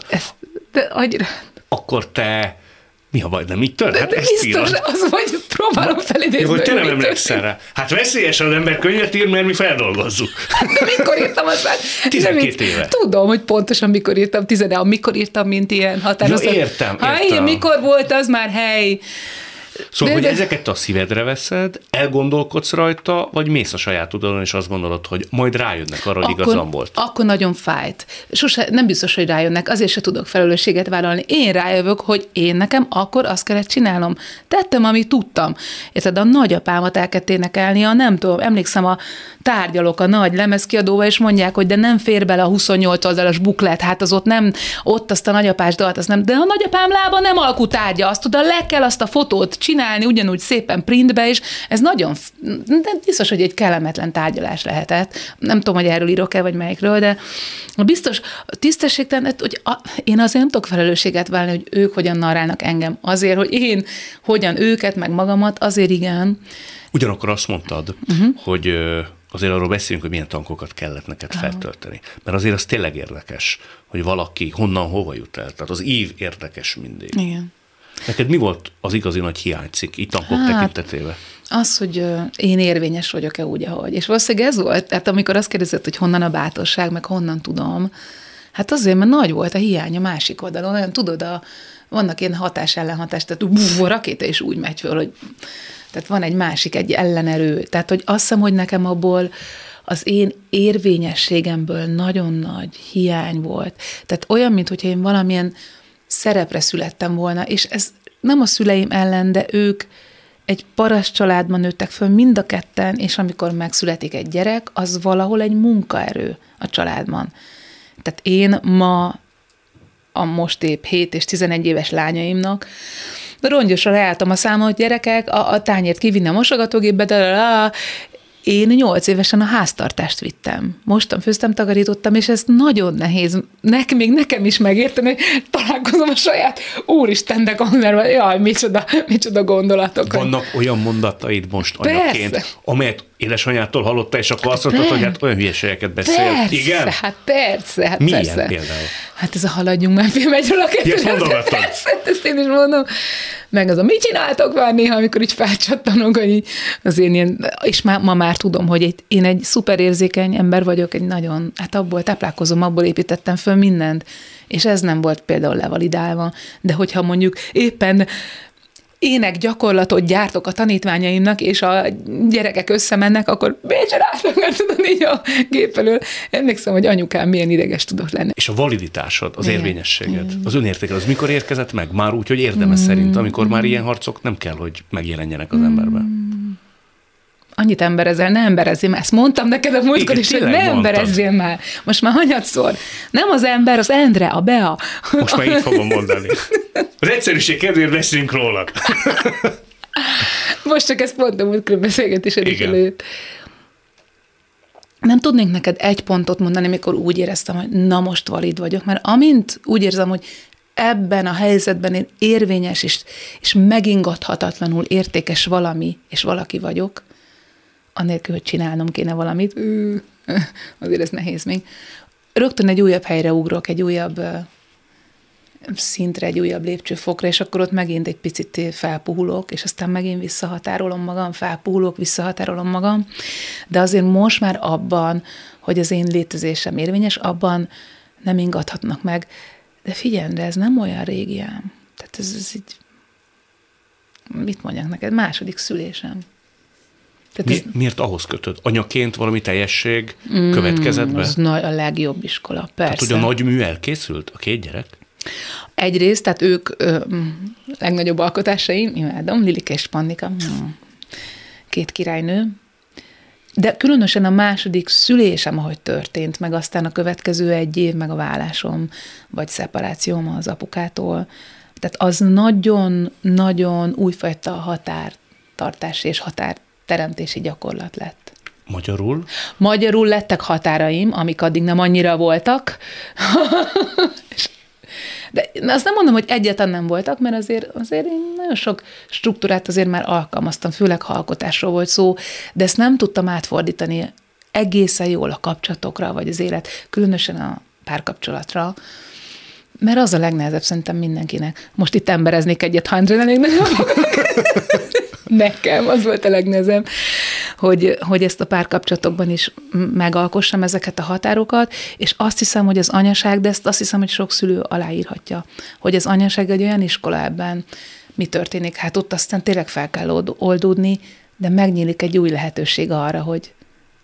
Akkor te... Mi ha vagy, nem így tört? Hát ezt írod. Biztos, az vagy próbálom felidézni. Hogy te nem emlékszel rá. Hát veszélyes, az ember könyvet ír, mert mi feldolgozzuk. De mikor írtam azt már? 12 éve. Tudom, hogy pontosan mikor írtam, mikor írtam, mint ilyen határozat. Ja, értem. Igen, mikor volt az már hely? Szóval, hogy ezeket a szívedre veszed, elgondolkodsz rajta, vagy mész a saját tudodon, és azt gondolod, hogy majd rájönnek arra, hogy igazam volt. Akkor nagyon fájt. Sose, nem biztos, hogy rájönnek, azért se tudok felelősséget vállalni. Én rájövök, hogy én nekem akkor azt kellett csinálnom. Tettem, amit tudtam. Érted, a nagyapámat elkezdett énekelni, nem tudom, emlékszem, a tárgyalok a nagy lemezkiadóval, és mondják, hogy de nem fér bele a 28 oldalas buklet, hát az ott nem, ott azt a nagyapás dalt, az nem, de a nagyapám lába nem alkutárgya, azt oda le kell azt a fotót csinálni, ugyanúgy szépen printbe, és ez nagyon, de biztos, hogy egy kellemetlen tárgyalás lehetett. Nem tudom, hogy erről írok-e, vagy melyikről, de biztos tisztességtelen, hogy én azért nem tudok felelősséget válni, hogy ők hogyan narrálnak engem. Azért, hogy én hogyan őket, meg magamat, azért igen. Ugyanakkor azt mondtad, hogy azért arról beszélünk, hogy milyen tankokat kellett neked feltölteni. Mert azért az tényleg érdekes, hogy valaki honnan, hova jut el. Tehát az ív érdekes mindig. Igen. Neked mi volt az igazi nagy hiánycikk itt tankok tekintetében? Az, hogy én érvényes vagyok-e úgy, ahogy. És valószínűleg ez volt, tehát amikor azt kérdezett, hogy honnan a bátorság, meg honnan tudom, hát azért, mert nagy volt a hiány a másik oldalon. Olyan tudod, vannak ilyen hatás-ellenhatás, tehát a rakéta is úgy megy föl, hogy tehát van egy másik, egy ellenerő. Tehát, hogy azt hiszem, hogy nekem abból az én érvényességemből nagyon nagy hiány volt. Tehát olyan, mintha én valamilyen szerepre születtem volna, és ez nem a szüleim ellen, de ők egy paraszt családban nőttek föl mind a ketten, és amikor megszületik egy gyerek, az valahol egy munkaerő a családban. Tehát én ma a most épp 7 és 11 éves lányaimnak rongyosra leálltam a számot, hogy gyerekek, a tányért kivinni a mosogatógépbe, én 8 évesen a háztartást vittem. Mostan, főztem, takarítottam, és ez nagyon nehéz. Még nekem is megérteni, hogy találkozom a saját úristen, de konzervál, jaj, micsoda gondolatok. Vannak olyan mondataid most anyaként, amelyet édesanyától hallotta, és akkor azt mondtad, hogy hát olyan hülyeségeket beszél. Persze, igen? Hát persze. Milyen például? Hát ez a haladjunk már filmegyről a persze, ezt én is mondom. Meg az mit csináltok már néha, amikor így felcsattanok, hogy így az én ilyen, és ma már tudom, hogy én egy szuperérzékeny ember vagyok, egy nagyon, hát abból táplálkozom, abból építettem föl mindent, és ez nem volt például levalidálva, de hogyha mondjuk éppen énekgyakorlatot gyártok a tanítványaimnak, és a gyerekek összemennek, akkor miért csináltak, mert tudod így a gép elől. Emlékszem, hogy anyukám milyen ideges tudok lenni. És a validitásod, az érvényességed, az önértékel, az mikor érkezett meg? Már úgy, hogy érdemes szerint, amikor már ilyen harcok nem kell, hogy megjelenjenek az emberben. annyit emberezel, ne emberezzél már. Ezt mondtam neked a múltkor is, hogy ne emberezzél már. Most már hanyatszor. Nem az ember, az Endre, a Bea. Most már így fogom mondani. Az egyszerűség kedvéért beszélünk rólad. Most csak ezt mondtam, múltkor beszélgetésed is előtt. Nem tudnék neked egy pontot mondani, amikor úgy éreztem, hogy na most valid vagyok, mert amint úgy érzem, hogy ebben a helyzetben én érvényes és megingathatatlanul értékes valami és valaki vagyok, anélkül, hogy csinálnom kéne valamit, azért ez nehéz még. Rögtön egy újabb helyre ugrok, egy újabb szintre, egy újabb lépcsőfokra, és akkor ott megint egy picit felpuhulok, és aztán megint visszahatárolom magam, felpuhulok, visszahatárolom magam, de azért most már abban, hogy az én létezésem érvényes, abban nem ingathatnak meg. De figyelj, de ez nem olyan régi ám. Tehát ez így, mit mondjak neked, második szülésem. Miért ahhoz kötöd? Anyaként valami teljesség következett be? Az a legjobb iskola, persze. Tehát, hogy a nagy mű elkészült, a 2 gyerek? Egyrészt, tehát ők legnagyobb alkotásaim, imádom, Lilike és Pannika, 2 királynő, de különösen a második szülésem, ahogy történt, meg aztán a következő 1 év, meg a válásom, vagy szeparációm az apukától, tehát az nagyon-nagyon újfajta határtartási és határteremtési gyakorlat lett. Magyarul? Magyarul lettek határaim, amik addig nem annyira voltak. De azt nem mondom, hogy egyáltalán nem voltak, mert azért én nagyon sok struktúrát azért már alkalmaztam, főleg ha alkotásról volt szó, de ezt nem tudtam átfordítani egészen jól a kapcsolatokra, vagy az élet, különösen a párkapcsolatra, mert az a legnehezebb szerintem mindenkinek. Most itt embereznék egyet, ha elég nagyon nekem az volt a legnehezebb, hogy ezt a párkapcsolatokban is megalkossam ezeket a határokat, és azt hiszem, hogy az anyaság, de ezt azt hiszem, hogy sok szülő aláírhatja, hogy az anyaság egy olyan iskola, ebben mi történik. Hát ott aztán tényleg fel kell oldódni, de megnyílik egy új lehetőség arra, hogy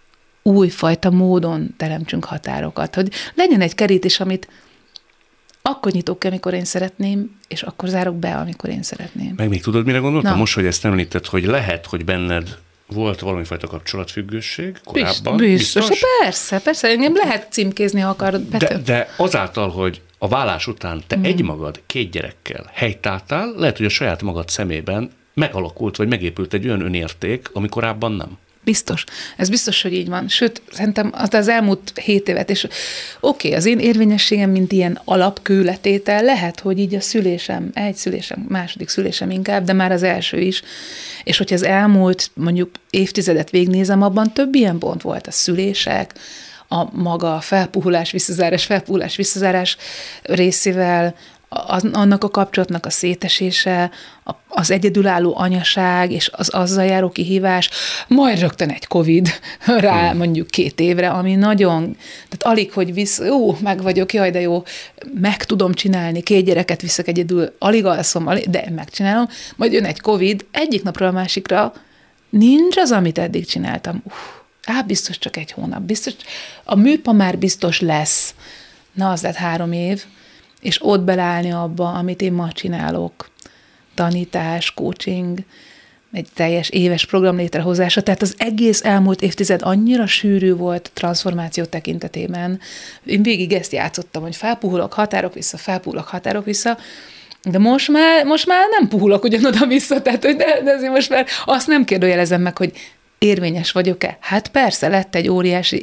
újfajta módon teremtsünk határokat, hogy legyen egy kerítés, amit akkor nyitok ki, amikor én szeretném, és akkor zárok be, amikor én szeretném. Meg még tudod, mire gondoltam? Most, hogy ezt említed, hogy lehet, hogy benned volt valamifajta kapcsolatfüggőség korábban? Biztos? Persze. Engem lehet címkézni, ha akarod. De azáltal, hogy a vállás után te egymagad 2 gyerekkel helytáltál, lehet, hogy a saját magad szemében megalakult, vagy megépült egy olyan önérték, ami korábban nem. Biztos. Ez biztos, hogy így van. Sőt, szerintem az elmúlt 7 évet, és oké, az én érvényességem, mint ilyen alapkőletétel, lehet, hogy így a szülésem, 1 szülésem, 2. szülésem inkább, de már az első is. És hogyha az elmúlt mondjuk évtizedet végignézem, abban több ilyen pont volt. A szülések, a maga felpuhulás, visszazárás részével, annak a kapcsolatnak a szétesése, az egyedülálló anyaság, és az azzal járó kihívás, majd rögtön egy Covid rá mondjuk 2 évre, ami nagyon, tehát alig, hogy meg vagyok, jaj, de jó, meg tudom csinálni, 2 gyereket viszek egyedül, alig alszom, de megcsinálom, majd jön egy Covid, egyik napról a másikra nincs az, amit eddig csináltam. Biztos csak 1 hónap, biztos, a műpa már biztos lesz. Na, az lett 3 év, és ott beleállni abba, amit én ma csinálok. Tanítás, coaching, egy teljes éves program létrehozása. Tehát az egész elmúlt évtized annyira sűrű volt transformáció tekintetében. Én végig ezt játszottam, hogy felpuhulok, határok vissza, de most már nem puhulok ugyanoda-vissza, tehát hogy de azért most már azt nem kérdőjelezem meg, hogy érvényes vagyok-e? Hát persze, lett egy óriási,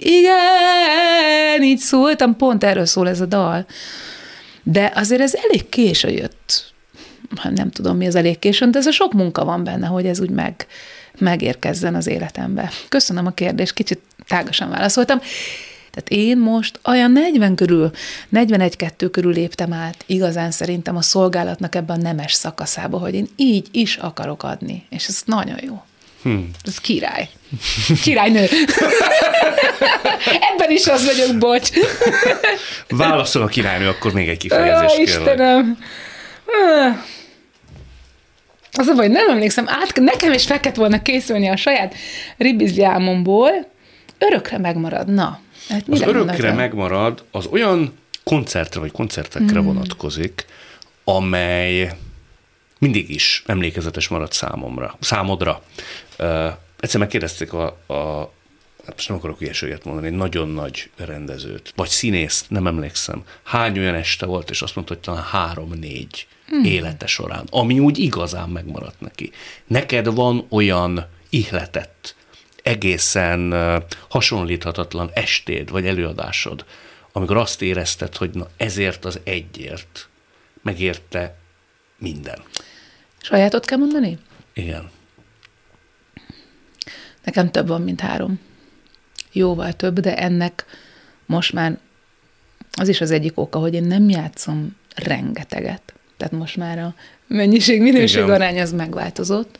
igen, így szóltam, pont erről szól ez a dal. De azért ez elég késő jött. Nem tudom, mi az elég későn, de ez a sok munka van benne, hogy ez úgy megérkezzen az életembe. Köszönöm a kérdést, kicsit tágasan válaszoltam. Tehát én most olyan 41-2 körül léptem át igazán szerintem a szolgálatnak ebben a nemes szakaszába, hogy én így is akarok adni. És ez nagyon jó. Ez király. Királynő. Ebben is az vagyok, bocs. Válaszol a királynő, akkor még egy kifejezést kérlek. Istenem. Az a baj, nem emlékszem, nekem is fel kellett volna készülni a saját ribizli álmomból, örökre megmarad. Na, hát az örökre megmarad, az olyan koncertre vagy koncertekre vonatkozik, amely mindig is emlékezetes marad számodra. Egyszer megkérdezték hát most nem akarok hülyeséget mondani, egy nagyon nagy rendezőt, vagy színészt, nem emlékszem, hány olyan este volt, és azt mondta, hogy talán 3-4 élete során, ami úgy igazán megmaradt neki. Neked van olyan ihletett, egészen hasonlíthatatlan estéd, vagy előadásod, amikor azt érezted, hogy na ezért az egyért megérte minden. Sajátot kell mondani? Igen. Nekem több van, mint 3. Jóval több, de ennek most már az is az egyik oka, hogy én nem játszom rengeteget. Tehát most már a mennyiség-minőség arány az megváltozott.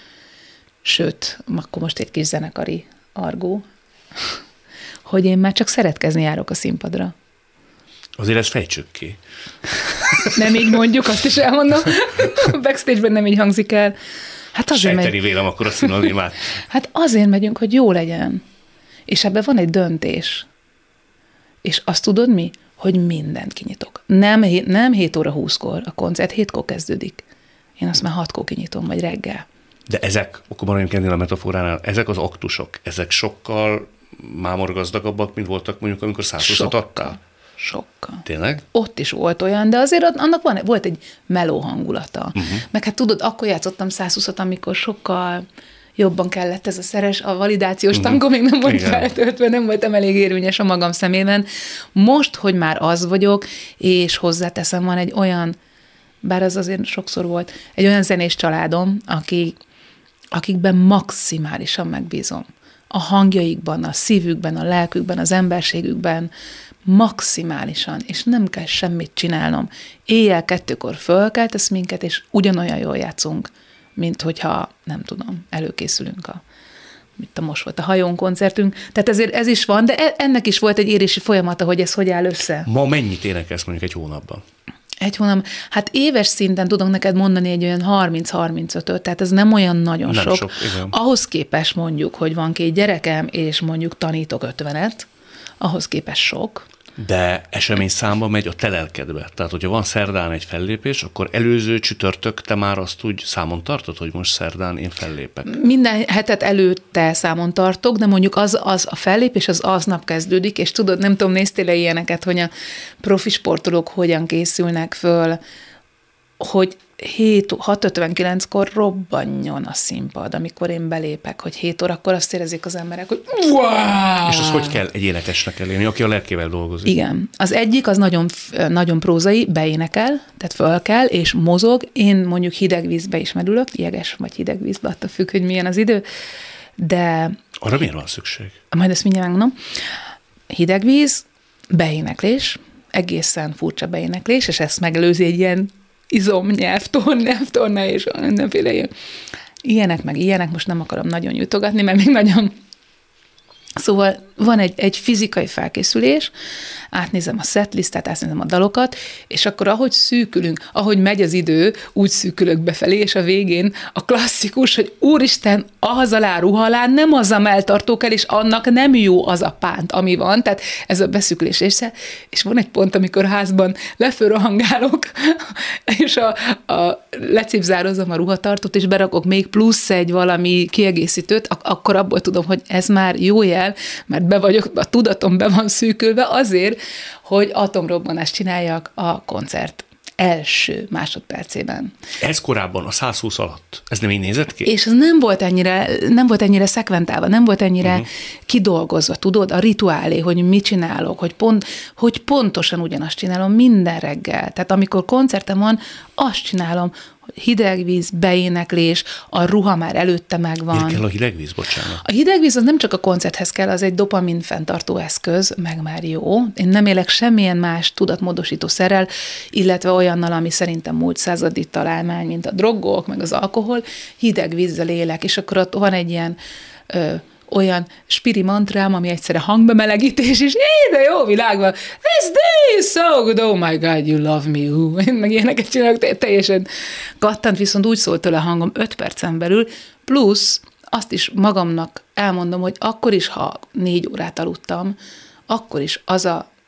Sőt, akkor most egy kis zenekari argó, hogy én már csak szeretkezni járok a színpadra. Azért ezt fejtsük ki. Nem így mondjuk, azt is elmondom. Backstage-ben nem így hangzik el. Hát sejteni vélem akkor a szinonimát. Hát azért megyünk, hogy jó legyen. És ebben van egy döntés. És azt tudod mi? Hogy mindent kinyitok. Nem 7 óra 20-kor, a koncert 7-kor kezdődik. Én azt már 6-kor kinyitom, vagy reggel. De ezek, akkor maradjunk ennél a metaforánál, ezek az aktusok, ezek sokkal mámorgazdagabbak, mint voltak mondjuk, amikor 120-at adtál? Sokkal. Tényleg? Ott is volt olyan, de azért annak volt egy meló hangulata. Meg hát tudod, akkor játszottam 120-at, amikor sokkal jobban kellett ez a szeres, a validációs tankó még nem volt feltöltve, nem voltam elég érvényes a magam szemében. Most, hogy már az vagyok, és hozzáteszem, van egy olyan, bár az azért sokszor volt, egy olyan zenés családom, akikben maximálisan megbízom. A hangjaikban, a szívükben, a lelkükben, az emberségükben, maximálisan, és nem kell semmit csinálnom. Éjjel 2-kor fölkeltesz minket, és ugyanolyan jól játszunk, mint hogyha, nem tudom, előkészülünk most volt a hajón koncertünk. Tehát ezért ez is van, de ennek is volt egy érési folyamata, hogy ez hogy áll össze. Ma mennyit énekelsz mondjuk egy hónapban? Egy hónap, hát éves szinten tudok neked mondani egy olyan 30-35-öt, tehát ez nem olyan nagyon nem sok. Igen. Ahhoz képest mondjuk, hogy van 2 gyerekem, és mondjuk tanítok 50-et, ahhoz képest sok. De esemény számba megy a te lelkedbe. Tehát, hogyha van szerdán egy fellépés, akkor előző csütörtök te már azt úgy számon tartod, hogy most szerdán én fellépek? Minden hetet előtte számon tartok, de mondjuk az a fellépés az aznap kezdődik, és tudod, nem tudom, néztél-e ilyeneket, hogy a profi sportolók hogyan készülnek föl, hogy 6:59-kor robbanjon a színpad, amikor én belépek, hogy 7 órakor azt érezik az emberek, hogy wow! És az hogy kell egy énekesnek elérni, aki a lelkével dolgozik? Igen. Az egyik az nagyon, nagyon prózai, beénekel, tehát föl kell, és mozog. Én mondjuk hideg vízbe is merülök, jeges vagy hideg vízbe, attól függ, hogy milyen az idő, de... Arra miért van szükség? Majd ezt mindjárt megmondom. Hideg víz, beéneklés, egészen furcsa beéneklés, és ezt megelőzi egy ilyen nyelvtorna és mindenféle ilyenek, most nem akarom nagyon nyújtogatni, mert még nagyon... Szóval van egy fizikai felkészülés, átnézem a setlistet, átnézem a dalokat, és akkor ahogy szűkülünk, ahogy megy az idő, úgy szűkülök befelé, és a végén a klasszikus, hogy úristen, ahaz alá, ruha alá, nem az a melltartó kell, és annak nem jó az a pánt, ami van, tehát ez a beszűkülés része, és van egy pont, amikor házban lefölrohangálok, és lecipzározom a ruhatartót, és berakok még plusz egy valami kiegészítőt, akkor abból tudom, hogy ez már jó jel, mert a tudatom be van szűkülve azért, hogy atomrobbanást csináljak a koncert első másodpercében. Ez korábban, a 120 alatt, ez nem így nézett ki? És ez nem volt ennyire szekventálva, nem volt ennyire kidolgozva, tudod, a rituálé, hogy mit csinálok, hogy pontosan ugyanazt csinálom minden reggel. Tehát amikor koncertem van, azt csinálom, hideg víz, beéneklés, a ruha már előtte megvan. Miért kell a hideg víz, bocsánat? A hideg víz az nem csak a koncerthez kell, az egy dopamin fenntartó eszköz, meg már jó. Én nem élek semmilyen más tudatmódosító szerrel, illetve olyannal, ami szerintem múlt századi találmány, mint a drogok, meg az alkohol, hideg vízzel élek, és akkor ott van egy ilyen olyan spiri mantrám, ami egyszerre hangbemelegítés, és de jó világban, this day is so good, oh my God, you love me, én meg ilyeneket csinálok, teljesen kattant, viszont úgy szólt tőle a hangom 5 percen belül, plusz azt is magamnak elmondom, hogy akkor is, ha 4 órát aludtam, akkor is az a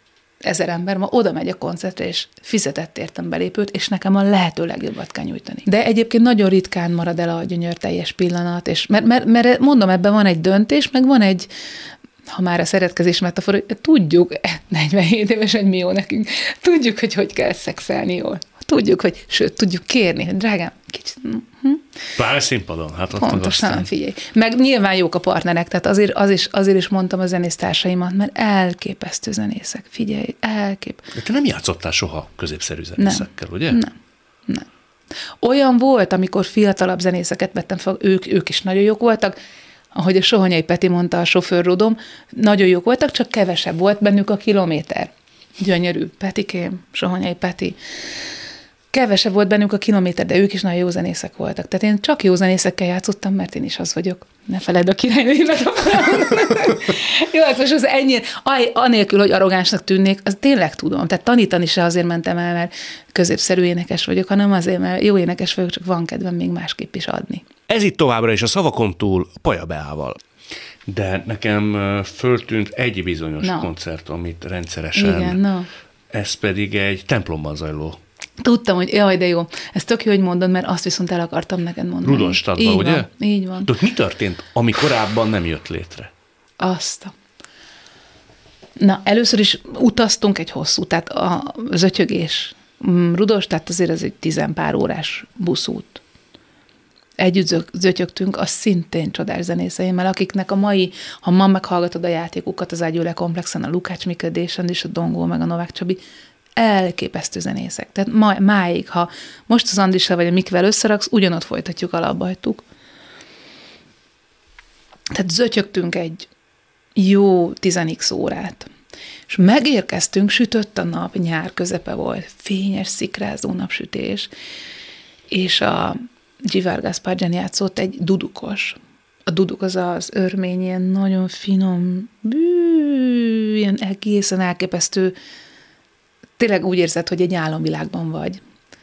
1000 ember ma oda megy a koncertre, és fizetett értem belépőt, és nekem a lehető legjobbat kell nyújtani. De egyébként nagyon ritkán marad el a gyönyörteljes pillanat, és mert mondom, ebben van egy döntés, meg van egy, ha már a szeretkezés metafora, tudjuk, 47 éves, hogy mi jó nekünk, tudjuk, hogy kell szexelni jól. Tudjuk, hogy, sőt, tudjuk kérni, hogy drágám, kicsit... Pláne színpadon, hát ott pontosan, figyelj. Meg nyilván jók a partnerek, tehát azért is mondtam a zenésztársaimat, mert elképesztő zenészek, figyelj, De te nem játszottál soha középszerű zenészekkel, ugye? Nem. Olyan volt, amikor fiatalabb zenészeket vettem fel, ők is nagyon jók voltak, ahogy a Sohonyai Peti mondta, a sofőrrudom, nagyon jók voltak, csak kevesebb volt bennük a kilométer. Gyönyörű, Petikém, Sohonyai Peti. Kevesebb volt bennük a kilométer, de ők is nagyon jó zenészek voltak. Tehát én csak jó zenészekkel játszottam, mert én is az vagyok. Ne feledd a királynőimet. Jó, hát most az ennyi, anélkül, hogy arrogánsnak tűnnék, az tényleg tudom. Tehát tanítani se azért mentem el, mert középszerű énekes vagyok, hanem azért, mert jó énekes vagyok, csak van kedvem még másképp is adni. Ez itt továbbra is a Szavakon túl Paja Beával. De nekem föltűnt egy bizonyos koncert, amit rendszeresen, igen, ez pedig egy templomban zajló. Tudtam, hogy jaj, de jó. Ez tök jó, hogy mondod, mert azt viszont el akartam neked mondani. Rudolstadtban, ugye? Van, így van. De mi történt, ami korábban nem jött létre? Na, először is utaztunk egy hosszú, tehát a zötyögés Rudolstadt azért az egy 10 pár órás buszút. Együtt zötyögtünk a szintén csodás zenészeimmel, akiknek a mai, ha ma meghallgatod a játékukat, az Ágyúle Komplexen, a Lukács Miködésen és a Dongó, meg a Novák Csabi, elképesztő zenészek. Tehát máig, ha most az Andrissal vagy a Mikvel összeraksz, ugyanott folytatjuk, alapba hagytuk. Tehát zötyögtünk egy jó 10x órát. És megérkeztünk, sütött a nap, nyár közepe volt, fényes, szikrázó napsütés, és a Givár Gaspardján játszott egy dudukos. A duduk az örmény, ilyen nagyon finom, ilyen egészen elképesztő, tényleg úgy érzed, hogy egy álomvilágban vagy.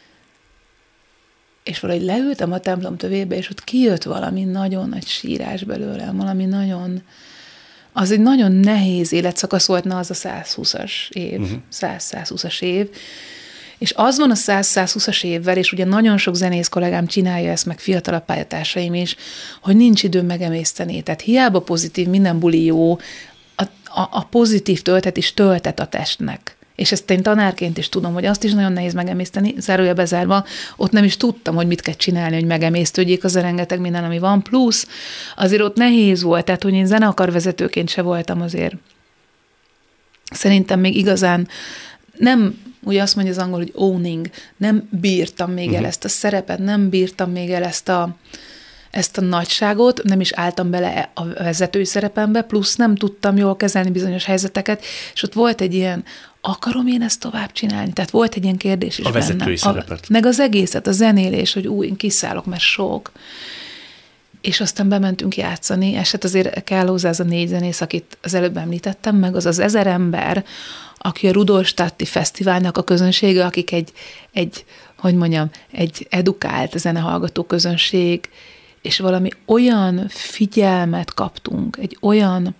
És valahogy leültem a templom tövébe, és ott kijött valami nagyon nagy sírás belőlem, valami nagyon... Az egy nagyon nehéz életszakasz volt, na az a 120-as év, 100-120-as év, és az van a 100-120-as évvel, és ugye nagyon sok zenész kollégám csinálja ezt, meg fiatalabb pályatársaim is, hogy nincs idő megemészteni. Tehát hiába pozitív, minden buli jó, a pozitív töltet is töltet a testnek. És ezt én tanárként is tudom, hogy azt is nagyon nehéz megemészteni, zárója bezárva, ott nem is tudtam, hogy mit kell csinálni, hogy megemésztődjék az a rengeteg minden, ami van, plusz azért ott nehéz volt, tehát hogy én zeneikarvezetőként se voltam azért. Szerintem még igazán nem, ugye azt mondja az angol, hogy owning, nem bírtam még el ezt a szerepet, nem bírtam még el ezt a nagyságot, nem is álltam bele a vezetői szerepembe, plusz nem tudtam jól kezelni bizonyos helyzeteket, és ott volt egy ilyen, akarom én ezt tovább csinálni? Tehát volt egy ilyen kérdés is a vezetői szerepet. Meg az egészet, a zenélés, hogy én kiszállok, mert sok. És aztán bementünk játszani, és hát azért kell hozzá az a 4 zenész, akit az előbb említettem, meg az 1000 ember, aki a Rudolstadti Fesztiválnak a közönsége, akik egy edukált zenehallgató közönség, és valami olyan figyelmet kaptunk, egy olyan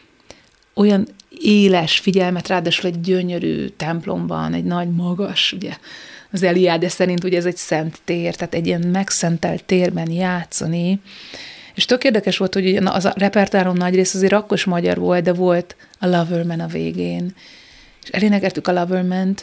éles figyelmet, ráadásul egy gyönyörű templomban, egy nagy magas, ugye, az Eliáde szerint ugye ez egy szent tér, tehát egy ilyen megszentelt térben játszani, és tök érdekes volt, hogy az a repertoáron nagy rész azért akkor is magyar volt, de volt a Loverman a végén, és elénekeltük a Loverman-t,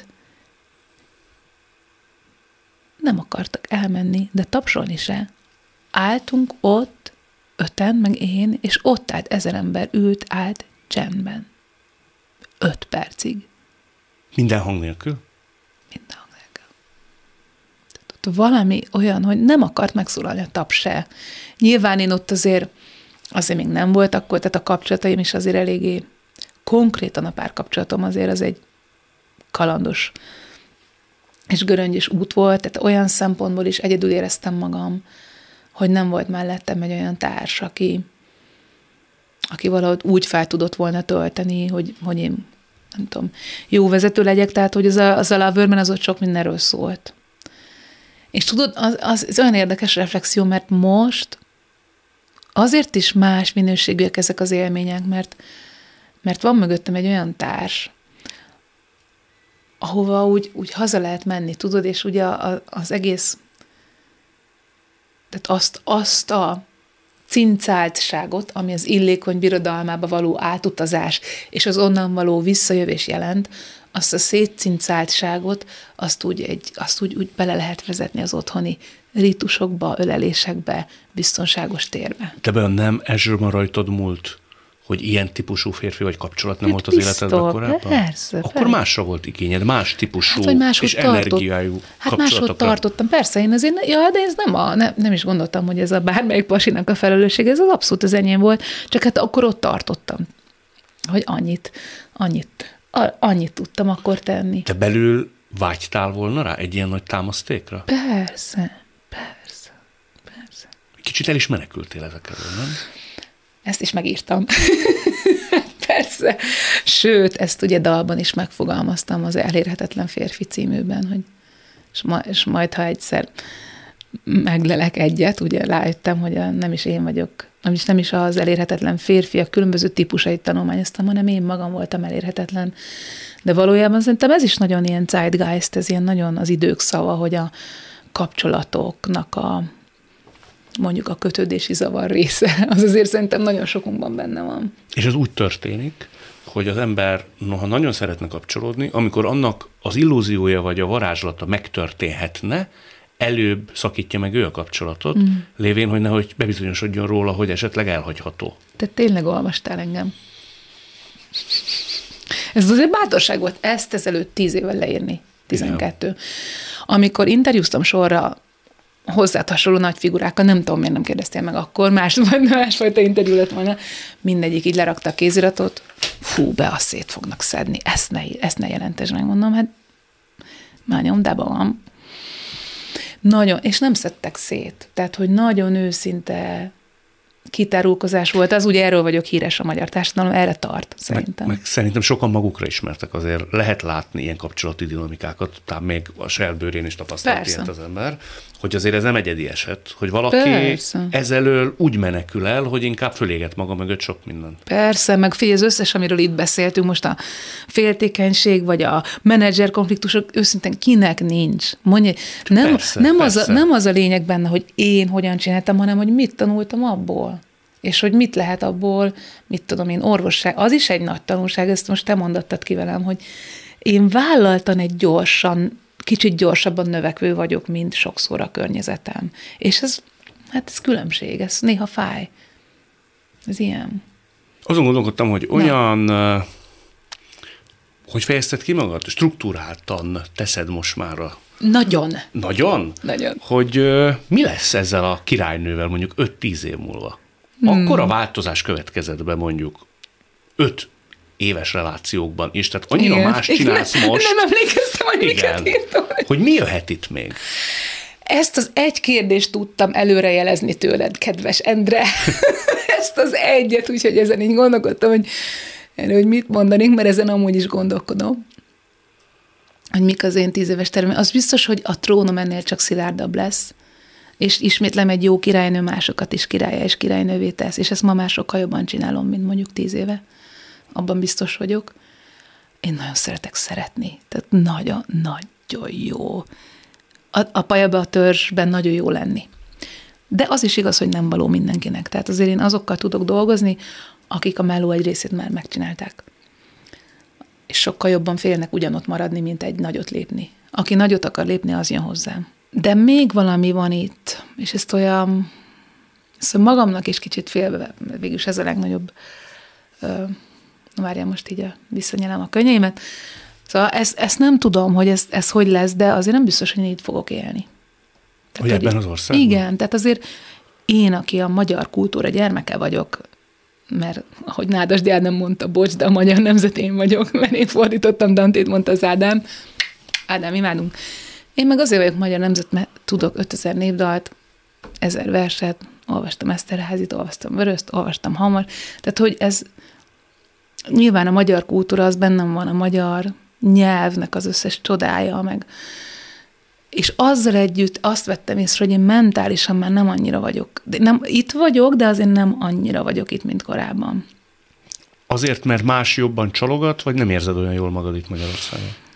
nem akartak elmenni, de tapsolni se. Álltunk ott, 5-en, meg én, és ott állt 1000 ember, állt csendben. 5 percig. Minden hang nélkül? Minden hang nélkül. Tehát ott valami olyan, hogy nem akart megszólalni a taps se. Nyilván én ott azért még nem volt akkor, tehát a kapcsolataim is azért eléggé, konkrétan a párkapcsolatom azért az egy kalandos és göröngyös út volt, tehát olyan szempontból is egyedül éreztem magam, hogy nem volt mellettem egy olyan társ, aki valahogy úgy fel tudott volna tölteni, hogy én, nem tudom, jó vezető legyek, tehát hogy az a Loverman az ott sok mindenről szólt. És tudod, az olyan érdekes reflexió, mert most azért is más minőségűek ezek az élmények, mert van mögöttem egy olyan társ, ahova úgy haza lehet menni, tudod, és ugye az egész, tehát azt a cincáltságot, ami az illékony birodalmába való átutazás, és az onnan való visszajövés jelent, azt a szétcincáltságot, azt úgy bele lehet vezetni az otthoni ritusokba, ölelésekbe, biztonságos térbe. Te benne nem ezsőben rajtad múlt, hogy ilyen típusú férfi vagy kapcsolat nem volt az életedben korábban? Persze. Akkor másra volt igényed, más típusú és energiájú kapcsolatokra. Máshogy tartottam. Persze, én azért, de ez nem is gondoltam, hogy ez a bármelyik pasinak a felelősség, ez az abszolút az enyém volt, csak hát akkor ott tartottam, hogy annyit tudtam akkor tenni. Te belül vágytál volna rá egy ilyen nagy támasztékra? Persze. Kicsit el is menekültél ezekről, nem? Ezt is megírtam. Persze. Sőt, ezt ugye dalban is megfogalmaztam az Elérhetetlen férfi címűben, hogy és majd, ha egyszer meglelek egyet, ugye rájöttem, hogy nem is én vagyok, nem is az elérhetetlen férfiak különböző típusait tanulmányoztam, hanem én magam voltam elérhetetlen. De valójában szerintem ez is nagyon ilyen zeitgeist, ez ilyen nagyon az idők szava, hogy a kapcsolatoknak mondjuk a kötődési zavar része, az azért szerintem nagyon sokunkban benne van. És ez úgy történik, hogy az ember, noha nagyon szeretne kapcsolódni, amikor annak az illúziója vagy a varázslata megtörténhetne, előbb szakítja meg ő a kapcsolatot, lévén, hogy nehogy bebizonyosodjon róla, hogy esetleg elhagyható. Te tényleg olvastál engem? Ez azért bátorság volt ezt ezelőtt 10 évvel leírni, 12. Igen. Amikor interjúztam sorra hozzád hasonló nagy figurákkal, nem tudom, miért nem kérdeztél meg akkor, másfajta interjú lett volna, mindegyik így lerakta a kéziratot, azt szét fognak szedni, ezt ne jelentesd meg, mondom, hát már nyomdában van. Nagyon, és nem szedtek szét, tehát, hogy nagyon őszinte kitárulkozás volt, az ugye erről vagyok híres a magyar társadalom, erre tart, szerintem. Meg szerintem sokan magukra ismertek, azért lehet látni ilyen kapcsolati dinamikákat, talán még a saját bőrén is tapasztalt ilyet az ember, hogy azért ez nem egyedi eset, hogy valaki ezelől úgy menekül el, hogy inkább föléget maga mögött sok minden. Persze, meg figyelj, az összes, amiről itt beszéltünk, most a féltékenység, vagy a menedzser konfliktusok, őszintén kinek nincs. Mondja, nem az a lényeg benne, hogy én hogyan csináltam, hanem hogy mit tanultam abból. És hogy mit lehet abból, mit tudom én, orvosság. Az is egy nagy tanulság, ezt most te mondottad ki velem, hogy én vállaltan egy kicsit gyorsabban növekvő vagyok, mint sokszor a környezetem. És ez különbség, ez néha fáj. Ez ilyen. Azon gondolkodtam, hogy olyan, hogy fejezted ki magad, struktúráltan teszed most már Nagyon? Nagyon? Nagyon. Hogy mi lesz ezzel a királynővel mondjuk 5-10 év múlva? Akkor a változás következett be mondjuk 5 éves relációkban is, tehát annyira más csinálsz most. Nem emlékeztem, hogy miket írtam. Hogy mi jöhet itt még? Ezt az egy kérdést tudtam előrejelezni tőled, kedves Endre. Ezt az egyet, úgyhogy ezen így gondolkodtam, hogy mit mondanék, mert ezen amúgy is gondolkodom. Hogy mik az én 10 éves tervem. Az biztos, hogy a trónom ennél csak szilárdabb lesz, és ismétlem, egy jó királynő másokat is királlyá és királynővé tesz, és ezt ma már sokkal jobban csinálom, mint mondjuk 10 éve. Abban biztos vagyok. Én nagyon szeretek szeretni. Tehát nagyon jó. A pajabe, a törzsben nagyon jó lenni. De az is igaz, hogy nem való mindenkinek. Tehát azért én azokkal tudok dolgozni, akik a melló egy részét már megcsinálták. És sokkal jobban félnek ugyanott maradni, mint egy nagyot lépni. Aki nagyot akar lépni, az jön hozzám. De még valami van itt, és ezt olyan, magamnak is kicsit félve, végülis ez a legnagyobb, várjál, most így visszanyelem a könnyeimet. Szóval ezt nem tudom, hogy ez hogy lesz, de azért nem biztos, hogy én így fogok élni. Tehát, hogy ebben az országban? Igen, tehát azért én, aki a magyar kultúra gyermeke vagyok, mert ahogy Nádas Ádám nem mondta, bocs, de a magyar nemzet én vagyok, mert én fordítottam Dantét, mondta az Ádám. Ádám, imádunk. Én meg azért vagyok magyar nemzet, mert tudok 5000 névdalt, 1000 verset, olvastam Eszterházit, olvastam Vöröst, olvastam Hamar. Tehát, hogy ez nyilván a magyar kultúra, az bennem van, a magyar nyelvnek az összes csodája, meg. És azzal együtt azt vettem észre, hogy én mentálisan már nem annyira vagyok. Itt vagyok, de azért nem annyira vagyok itt, mint korábban. Azért, mert más jobban csalogat, vagy nem érzed olyan jól magad itt Magyarországon?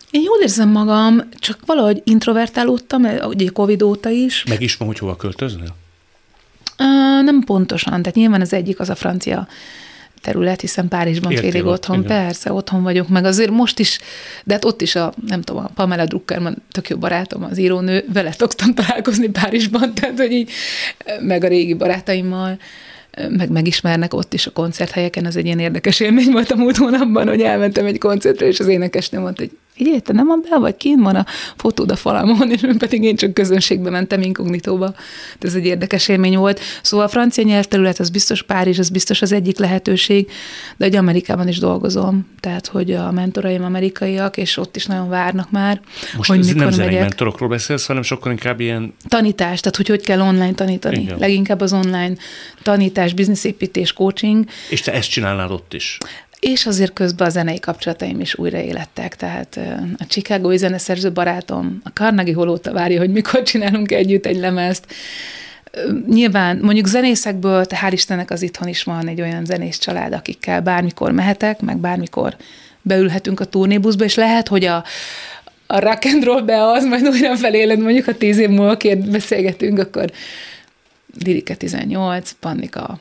Én jól érzem magam, csak valahogy introvertálódtam, ugye Covid óta is. Meg is van, hogy hova költöznél? Nem pontosan, tehát nyilván az egyik az a francia terület, hiszen Párizsban félig otthon, igen. Persze, otthon vagyok, meg azért most is, de hát ott is nem tudom, a Pamela Druckerman, tök jó barátom, az írónő, vele szoktam találkozni Párizsban, tehát hogy így, meg a régi barátaimmal, meg megismernek ott is a koncerthelyeken, az egy ilyen érdekes élmény volt a múlt hónapban, hogy elmentem egy koncertre, és az énekesnő mondta, hogy figyelj, te nem be vagy, kint van a fotód a falamon, és pedig én csak közönségbe mentem inkognitóba. Ez egy érdekes élmény volt. Szóval a francia nyelvterület, az biztos Párizs, az biztos az egyik lehetőség, de egy Amerikában is dolgozom, tehát hogy a mentoraim amerikaiak, és ott is nagyon várnak már. Most hogy nem zenei mentorokról beszélsz, hanem sokkal inkább ilyen... Tanítás, tehát hogy kell online tanítani. Igen. Leginkább az online tanítás, bizniszépítés, coaching. És te ezt csinálnád ott is? És azért közben a zenei kapcsolataim is újraélettek, tehát a chicagói zeneszerző barátom, a Carnegie Hall óta várja, hogy mikor csinálunk együtt egy lemezt. Nyilván mondjuk zenészekből, hál' Istennek az itthon is van egy olyan zenész család, akikkel bármikor mehetek, meg bármikor beülhetünk a turnébuszba, és lehet, hogy a rock and roll az majd újra feléled, mondjuk ha 10 év múlva beszélgetünk, akkor Lirike 18, Pannika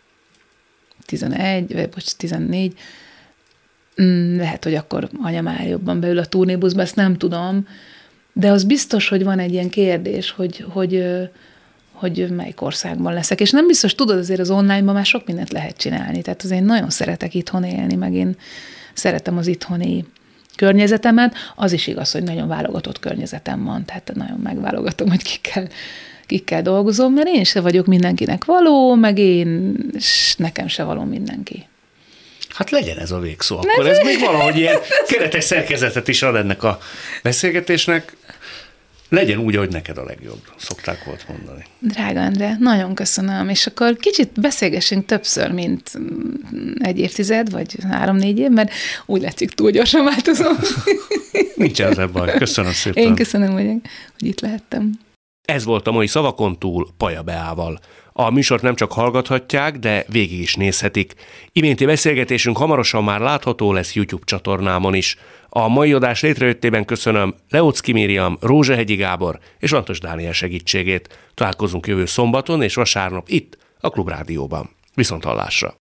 11, vagy 14, lehet, hogy akkor anya már jobban beül a turnébuszba, ezt nem tudom, de az biztos, hogy van egy ilyen kérdés, hogy melyik országban leszek. És nem biztos, tudod, azért az online-ban már sok mindent lehet csinálni, tehát azért én nagyon szeretek itthon élni, meg én szeretem az itthoni környezetemet. Az is igaz, hogy nagyon válogatott környezetem van, tehát nagyon megválogatom, hogy kikkel dolgozom, mert én se vagyok mindenkinek való, meg nekem se való mindenki. Hát legyen ez a végszó. Akkor ez még valahogy ilyen keretes szerkezetet is ad ennek a beszélgetésnek. Legyen úgy, ahogy neked a legjobb, szokták volt mondani. Drága Endre, nagyon köszönöm, és akkor kicsit beszélgessünk többször, mint 1 évtized, vagy 3-4 év, mert úgy látszik, túl gyorsan változom. Nincs ezzel baj, köszönöm szépen. Én köszönöm, hogy itt lehettem. Ez volt a mai Szavakon túl Paja Beával. A műsort nem csak hallgathatják, de végig is nézhetik. Iménti beszélgetésünk hamarosan már látható lesz YouTube csatornámon is. A mai adás létrejöttében köszönöm Leocki Miriam, Rózsahegyi Gábor és Lantos Dániel segítségét. Találkozunk jövő szombaton és vasárnap itt, a Klubrádióban. Viszonthallásra!